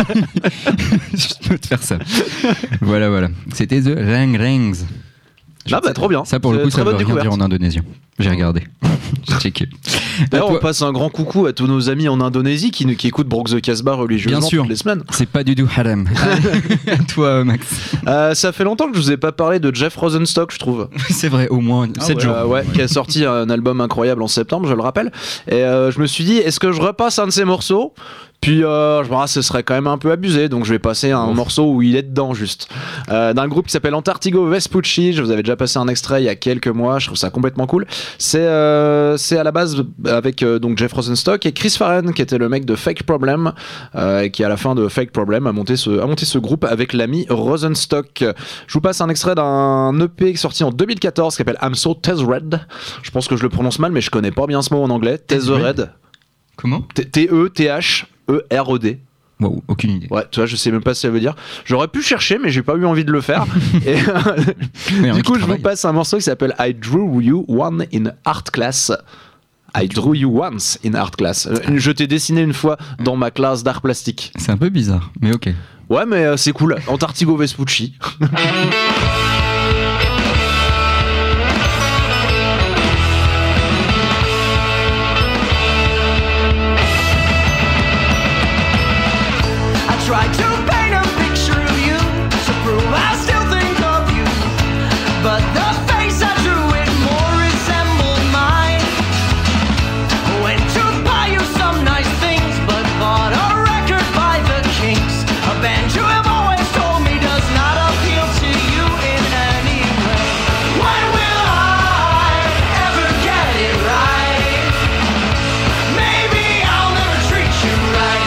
Speaker 5: Je peux te faire ça. Voilà, voilà. C'était The Lengrengs.
Speaker 4: Ah bah trop bien.
Speaker 5: Ça, pour le
Speaker 4: C'est
Speaker 5: coup,
Speaker 4: très
Speaker 5: ça veut
Speaker 4: bonne
Speaker 5: rien
Speaker 4: découverte.
Speaker 5: dire en indonésien. J'ai regardé. J'ai checké.
Speaker 4: D'ailleurs,
Speaker 5: À
Speaker 4: on
Speaker 5: toi-
Speaker 4: passe un grand coucou à tous nos amis en Indonésie qui, nous- qui écoutent Brock the Casbah religieusement
Speaker 5: Bien sûr.
Speaker 4: toutes les semaines.
Speaker 5: C'est pas du tout haram. À toi, Max.
Speaker 4: Euh, ça fait longtemps que je vous ai pas parlé de Jeff Rosenstock, je trouve.
Speaker 5: C'est vrai, au moins sept
Speaker 4: Euh,
Speaker 5: jours.
Speaker 4: ouais, qui a sorti un album incroyable en septembre, je le rappelle. Et euh, je me suis dit, est-ce que je repasse un de ses morceaux ? Puis euh, je me dis, ah, ce serait quand même un peu abusé, donc je vais passer un morceau où il est dedans juste. Euh, d'un groupe qui s'appelle Antarctigo Vespucci, je vous avais déjà passé un extrait il y a quelques mois, je trouve ça complètement cool. C'est euh, c'est à la base avec euh, donc Jeff Rosenstock et Chris Farren qui était le mec de Fake Problem euh, et qui à la fin de Fake Problem a monté ce, a monté ce groupe avec l'ami Rosenstock. Je vous passe un extrait d'un E P sorti en deux mille quatorze qui s'appelle I'm So Tethered. Je pense que je le prononce mal mais je connais pas bien ce mot en anglais. Tethered.
Speaker 5: Comment
Speaker 4: T E T H E R E D.
Speaker 5: Wow, aucune idée.
Speaker 4: Ouais, tu vois, je sais même pas ce que ça veut dire. J'aurais pu chercher, mais j'ai pas eu envie de le faire. Et
Speaker 5: Mais
Speaker 4: du coup, je vous passe un morceau qui s'appelle I Drew You One in Art Class. I Drew You Once in Art Class. Euh, Je t'ai dessiné une fois dans ma classe d'art plastique.
Speaker 5: C'est un peu bizarre, mais ok.
Speaker 4: Ouais, mais euh, c'est cool. Antarctigo Vespucci.
Speaker 3: I tried to paint a picture of you to prove I still think of you, but the face I drew it more resembled mine. Went to buy you some nice things, but bought a record by the Kinks, a band you have always told me does not appeal to you in any way. When will I ever get it right? Maybe I'll never treat you right.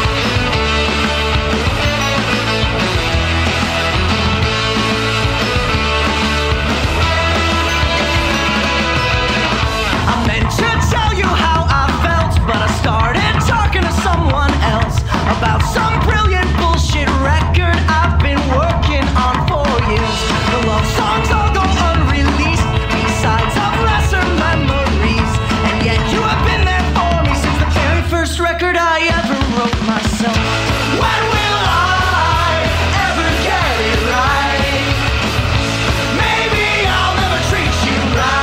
Speaker 3: I meant to tell you how I felt, but I started talking to someone else about some brilliant bullshit record I've been working on for years. The love songs all go unreleased, besides of lesser memories, and yet you have been there for me since the very first record I ever wrote myself. When will I ever get it right? Maybe I'll never treat you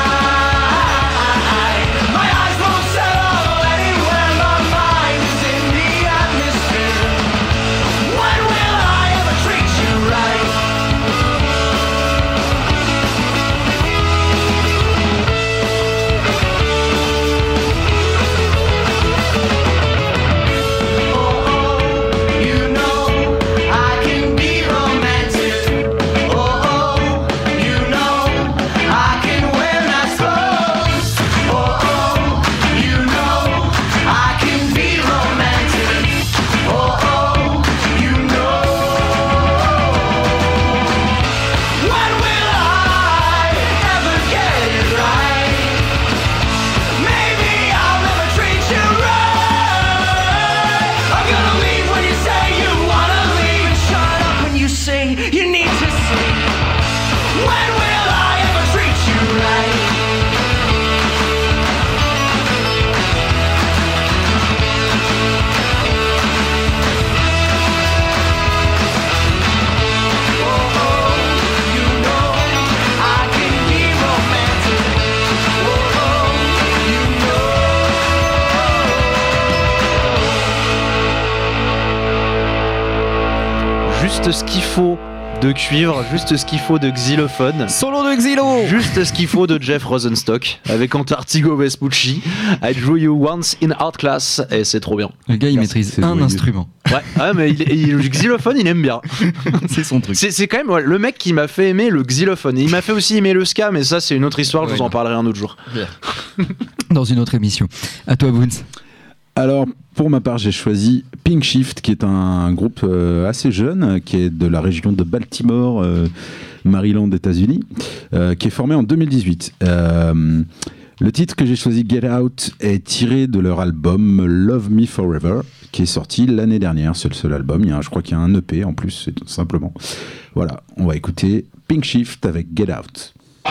Speaker 3: right. My eyes won't settle anywhere, my mind is in the atmosphere. When will I ever treat you right? Oh, you know I can be romantic. Oh, you know I can wear nice clothes. Oh, you know I can be romantic. Oh, you know. When will I ever get it right? Maybe I'll never treat you right. I'm gonna leave when you say you wanna leave, and shut up when you say you need to sleep. When will I ever treat you right? Oh, you know I can be romantic. Oh, you know.
Speaker 4: Juste ce qu'il faut de cuivre, juste ce qu'il faut de xylophone.
Speaker 5: Solo de Xylo.
Speaker 4: Juste ce qu'il faut de Jeff Rosenstock avec Antarctigo Vespucci. I Drew You Once in Art Class et c'est trop bien.
Speaker 5: Le gars, il
Speaker 6: Merci,
Speaker 5: maîtrise
Speaker 6: c'est
Speaker 5: un
Speaker 6: joyeux.
Speaker 5: instrument.
Speaker 4: Ouais, ah, mais il, il- le xylophone, il aime bien.
Speaker 5: C'est son truc.
Speaker 4: C'est c'est quand même ouais, le mec qui m'a fait aimer le xylophone. Et il m'a fait aussi aimer le ska, mais ça, c'est une autre histoire. Je
Speaker 5: Ouais,
Speaker 4: vous en
Speaker 5: non.
Speaker 4: parlerai un autre jour.
Speaker 5: Dans une autre émission. À toi, Boons.
Speaker 6: Alors, pour ma part, j'ai choisi Pink Shift, qui est un groupe euh, assez jeune, qui est de la région de Baltimore, euh, Maryland, États-Unis, euh, qui est formé en deux mille dix-huit. Euh, Le titre que j'ai choisi, Get Out, est tiré de leur album Love Me Forever, qui est sorti l'année dernière. C'est le seul album. Il y a, je crois qu'il y a un E P en plus, c'est tout simplement. Voilà, on va écouter Pink Shift avec Get Out.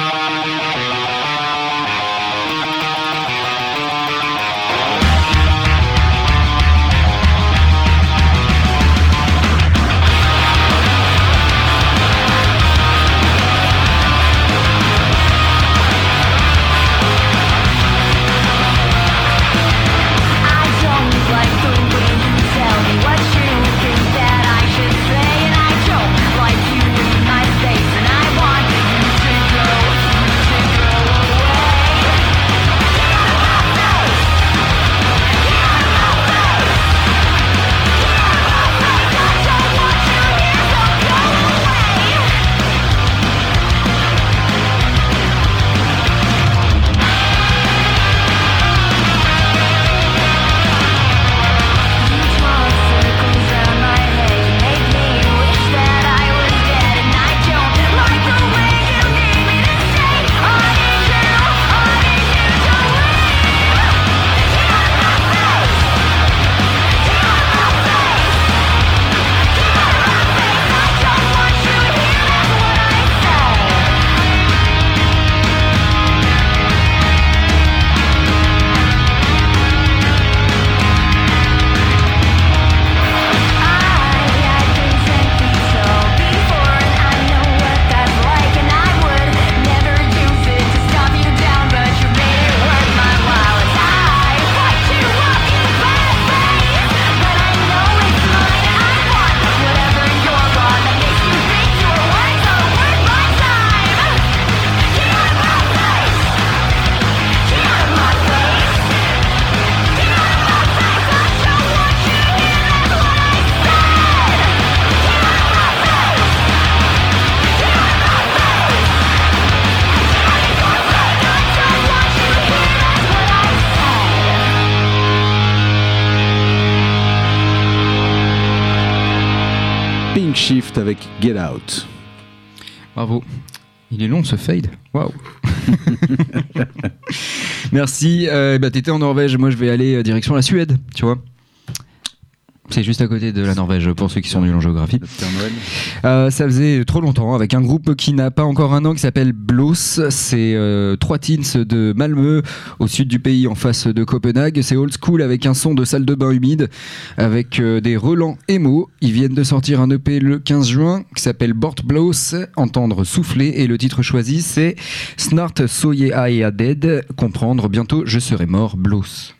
Speaker 6: Shift avec Get Out.
Speaker 5: Bravo. Il est long ce fade. Waouh. Merci. Euh, bah, t'étais en Norvège. Moi, je vais aller euh, direction la Suède. Tu vois. C'est juste à côté de la Norvège pour ceux qui sont nuls en géographie. Euh, ça faisait trop longtemps avec un groupe qui n'a pas encore un an qui s'appelle Bloss. C'est euh, trois teens de Malmö au sud du pays en face de Copenhague. C'est old school avec un son de salle de bain humide avec euh, des relents émo. Ils viennent de sortir un E P le quinze juin qui s'appelle Bort Bloss, entendre souffler, et le titre choisi c'est Snart Soye Aea Dead, comprendre bientôt je serai mort Bloss.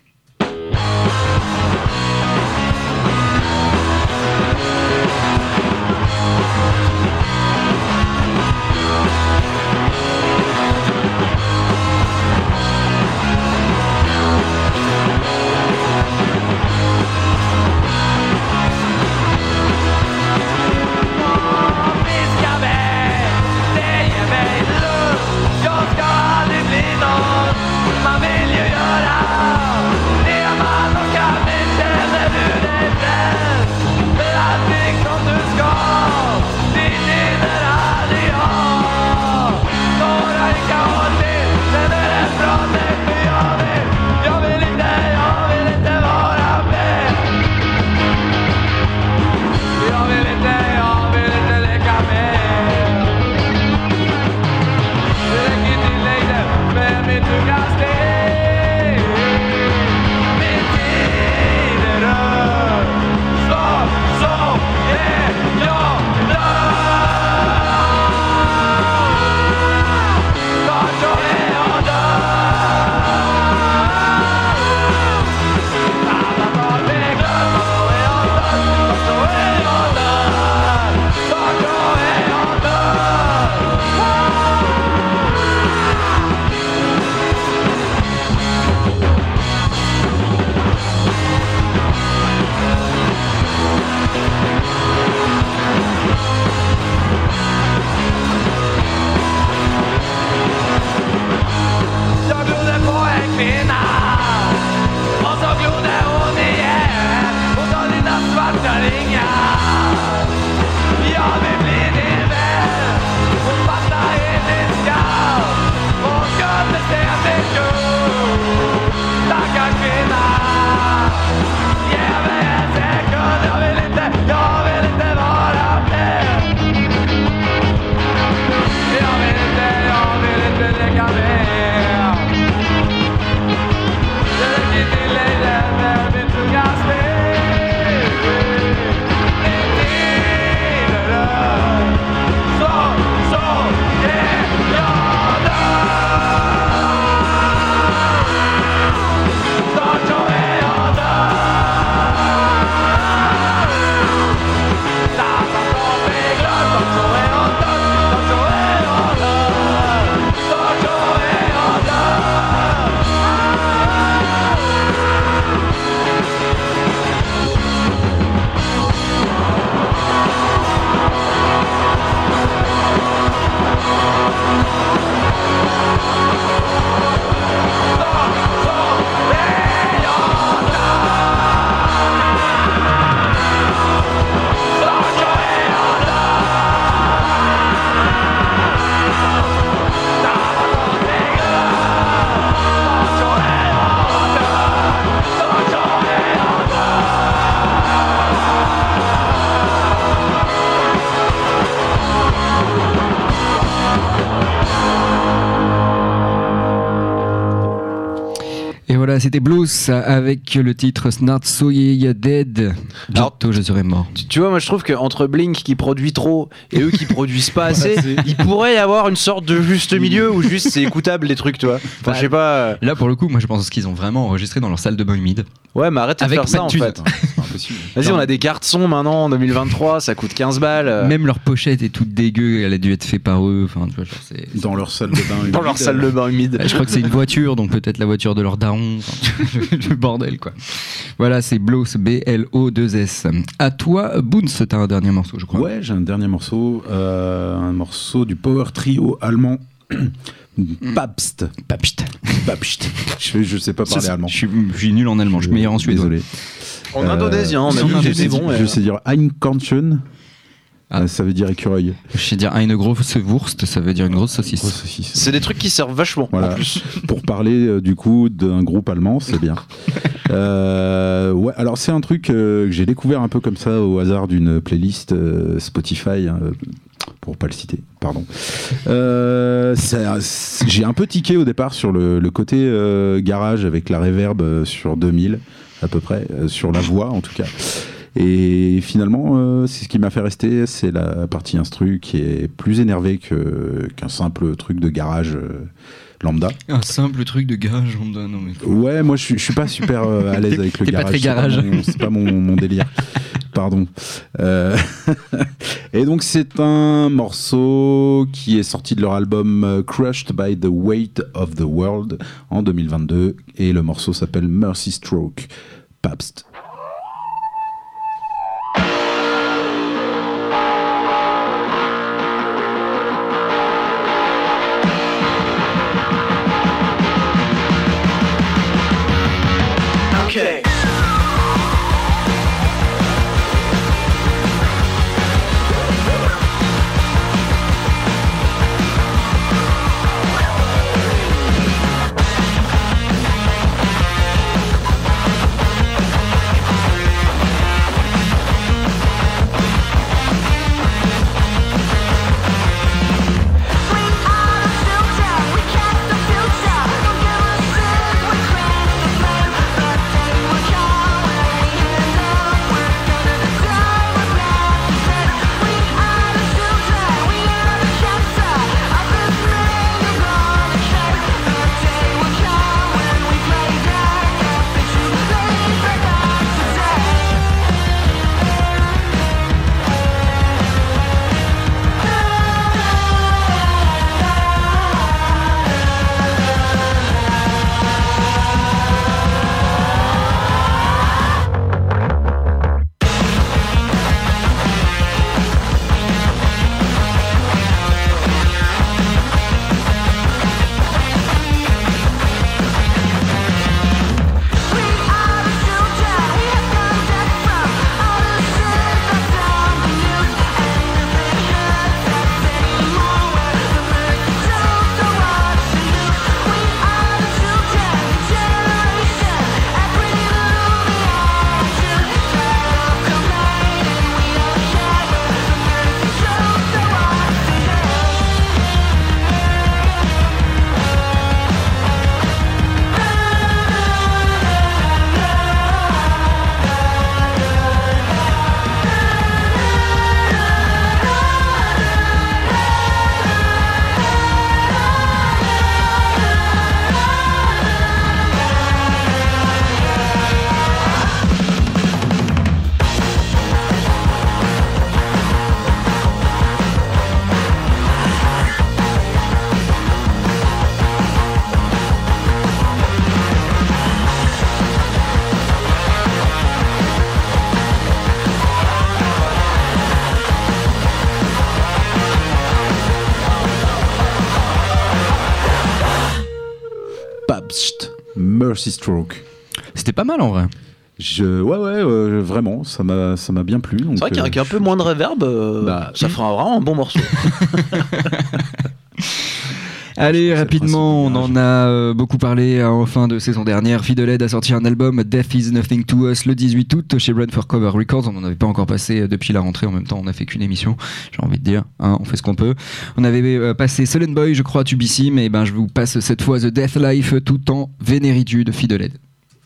Speaker 5: Voilà, c'était Blues avec le titre Snart So Ya Dead. Bientôt, je serai mort.
Speaker 4: Tu, tu vois, moi je trouve qu'entre Blink qui produit trop et eux qui produisent pas assez, il pourrait y avoir une sorte de juste milieu où juste c'est écoutable les trucs, tu vois. Enfin,
Speaker 5: Bah,
Speaker 4: je sais pas.
Speaker 5: Là, pour le coup, moi je pense qu'ils ont vraiment enregistré dans leur salle de bain humide.
Speaker 4: Ouais, mais arrête de
Speaker 5: Avec
Speaker 4: faire ça
Speaker 5: pas de
Speaker 4: en
Speaker 5: thunes.
Speaker 4: fait.
Speaker 6: C'est pas impossible.
Speaker 4: Vas-y, on a des cartes son maintenant en deux mille vingt-trois, ça coûte quinze balles. euh.
Speaker 5: Même leur pochette est toute dégueu, elle a dû être faite par eux. Enfin, tu vois, genre, c'est. c'est-
Speaker 6: Dans leur salle de bain.
Speaker 4: Dans leur
Speaker 6: humide,
Speaker 4: salle de bain humide.
Speaker 5: Euh, Je crois que c'est une voiture, donc peut-être la voiture de leur daron. Enfin, le bordel, quoi. Voilà, c'est Blows, B L O deux S. À toi, Boons, t'as un dernier morceau, je crois.
Speaker 6: Ouais, j'ai un dernier morceau, euh, un morceau du power trio allemand. Pabst.
Speaker 5: Papst.
Speaker 6: Pabst. Je, je sais pas parler allemand.
Speaker 5: Je suis, je suis nul en allemand, je suis meilleur en suédois.
Speaker 6: Désolé.
Speaker 4: En
Speaker 6: Euh,
Speaker 4: indonésien, on a
Speaker 6: si,
Speaker 4: vu,
Speaker 6: je
Speaker 4: c'est
Speaker 6: sais-
Speaker 4: bon.
Speaker 6: Je sais dire Einkantchen.
Speaker 5: Ah.
Speaker 6: Euh, ça veut dire écureuil.
Speaker 5: Je sais dire une grosse Wurst, ça veut dire une grosse saucisse.
Speaker 6: Grosse saucisse.
Speaker 4: C'est des trucs qui servent vachement
Speaker 6: Voilà.
Speaker 4: en plus.
Speaker 6: Pour parler euh, du coup d'un groupe allemand, c'est bien. Euh, ouais, alors c'est un truc euh, que j'ai découvert un peu comme ça au hasard d'une playlist euh, Spotify, hein, pour pas le citer, pardon. Euh, ça- c'est- j'ai un peu tiqué au départ sur le, le côté euh, garage avec la reverb euh, sur deux mille à peu près, euh, sur la voix en tout cas. Et finalement, euh, c'est ce qui m'a fait rester, c'est la partie instru qui est plus énervée que, qu'un simple truc de garage euh, lambda.
Speaker 5: Un simple truc de garage, on me donne. Non, mais...
Speaker 6: Ouais, moi je suis, je suis pas super euh, à l'aise avec le
Speaker 5: T'es pas
Speaker 6: garage.
Speaker 5: très
Speaker 6: c'est
Speaker 5: garage.
Speaker 6: mon- C'est pas mon, mon délire. Pardon. Euh, Et donc c'est un morceau qui est sorti de leur album euh, Crushed by the Weight of the World en deux mille vingt-deux et le morceau s'appelle Mercy Stroke. Pabst.
Speaker 3: Okay.
Speaker 6: Pabst. Mercy Stroke.
Speaker 5: C'était pas mal en vrai.
Speaker 6: Je, ouais, ouais, euh, vraiment, ça m'a, ça m'a bien plu. donc,
Speaker 4: C'est vrai
Speaker 6: euh,
Speaker 4: qu'avec un peu moins de reverb, euh,
Speaker 6: Bah,
Speaker 4: ça fera vraiment un bon morceau.
Speaker 5: Allez,
Speaker 6: c'est le
Speaker 5: rapidement, on
Speaker 6: principe du
Speaker 5: en a euh, beaucoup parlé hein, en fin de saison dernière. Fiddlehead a sorti un album, Death is Nothing to Us, le dix-huit août chez Run for Cover Records. On n'en avait pas encore passé euh, depuis la rentrée. En même temps, on n'a fait qu'une émission. J'ai envie de dire, hein, on fait ce qu'on peut. On avait euh, passé Sullen Boy, je crois, Tubissi, mais ben, je vous passe cette fois The Death Life tout en vénéritude Fiddlehead.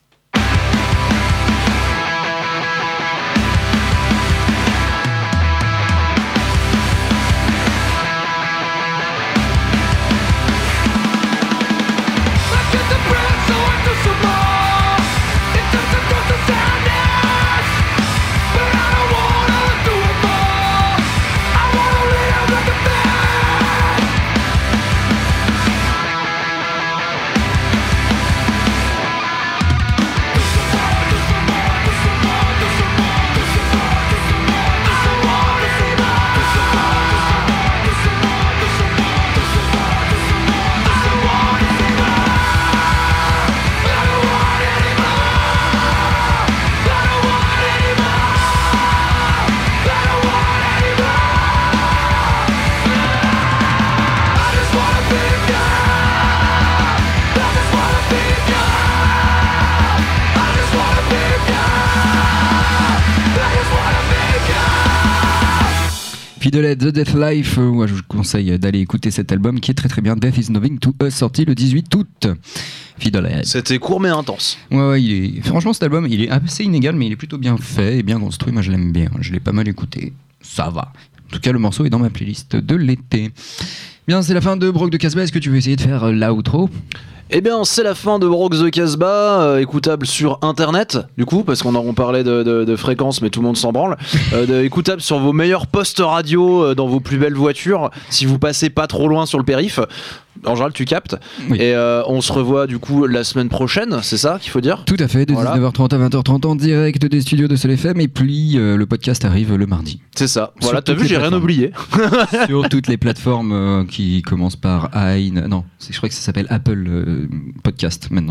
Speaker 5: Fiddlehead, The Death Life, euh, ouais, je vous conseille d'aller écouter cet album qui est très très bien. Death is Nothing to Us, sorti le dix-huit août. Fiddlehead.
Speaker 4: C'était court mais intense.
Speaker 5: Ouais, ouais, il est... franchement cet album il est assez inégal mais il est plutôt bien fait et bien construit. Moi je l'aime bien, je l'ai pas mal écouté. Ça va. En tout cas le morceau est dans ma playlist de l'été. Bien, c'est la fin de Brock de Casbah. Est-ce que tu veux essayer de faire l'outro ?
Speaker 4: Eh bien, c'est la fin de Brock the Casbah, euh, écoutable sur internet, du coup, parce qu'on en parlait de, de, de fréquence, mais tout le monde s'en branle. Euh, de, écoutable sur vos meilleurs postes radio, euh, dans vos plus belles voitures, si vous passez pas trop loin sur le périph'. En général, tu captes.
Speaker 5: Oui.
Speaker 4: Et euh, on se revoit du coup la semaine prochaine, c'est ça qu'il faut dire ?
Speaker 5: Tout à fait, de
Speaker 4: Voilà.
Speaker 5: dix-neuf heures trente à vingt heures trente en direct des studios de Sol F M et puis euh, le podcast arrive le mardi.
Speaker 4: C'est ça. Voilà,
Speaker 5: Sur
Speaker 4: t'as
Speaker 5: toutes
Speaker 4: vu,
Speaker 5: les
Speaker 4: j'ai rien
Speaker 5: plateformes.
Speaker 4: oublié.
Speaker 5: Sur toutes les plateformes euh, qui commencent par i. Non, c'est- je crois que ça s'appelle Apple euh, Podcast maintenant.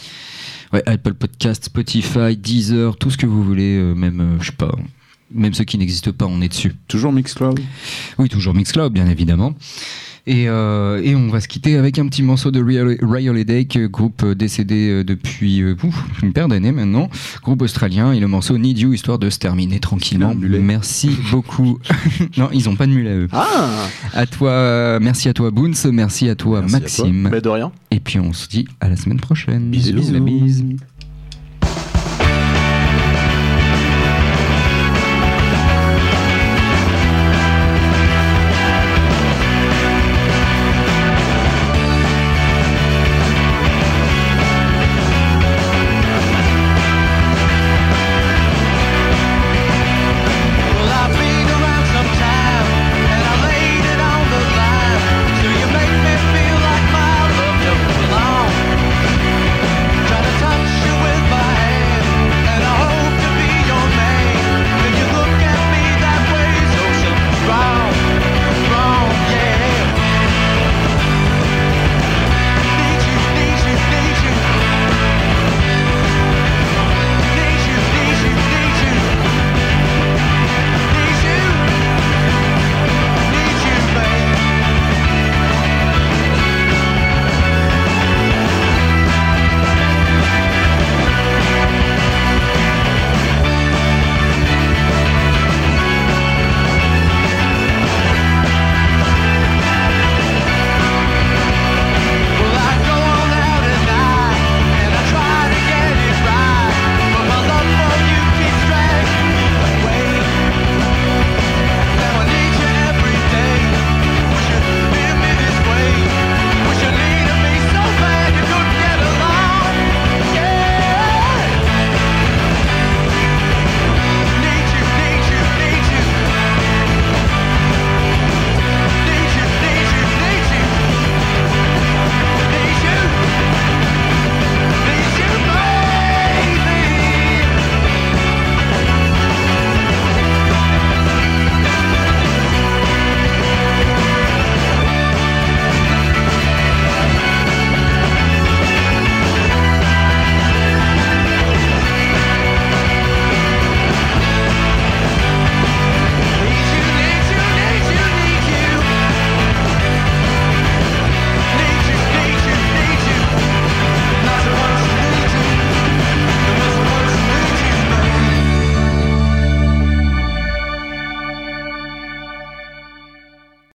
Speaker 5: Ouais, Apple Podcast, Spotify, Deezer, tout ce que vous voulez, euh, même, euh, je sais pas, même ceux qui n'existent pas, on est dessus.
Speaker 6: Toujours Mixcloud.
Speaker 5: Oui, toujours Mixcloud, bien évidemment. Et, euh, et on va se quitter avec un petit morceau de Ray Ray Holiday, groupe euh, décédé euh, depuis euh, ouf, une paire d'années maintenant, groupe australien, et le morceau Need You, histoire de se terminer tranquillement.
Speaker 6: Il a un mulet.
Speaker 5: Merci beaucoup. Non, ils ont pas de mulet à eux.
Speaker 4: Ah,
Speaker 5: À toi, euh, merci à toi Boons, merci à toi
Speaker 6: Merci à
Speaker 5: Maxime.
Speaker 4: mais de rien.
Speaker 5: Et puis on se dit à la semaine prochaine.
Speaker 6: Bisous.
Speaker 5: La bise.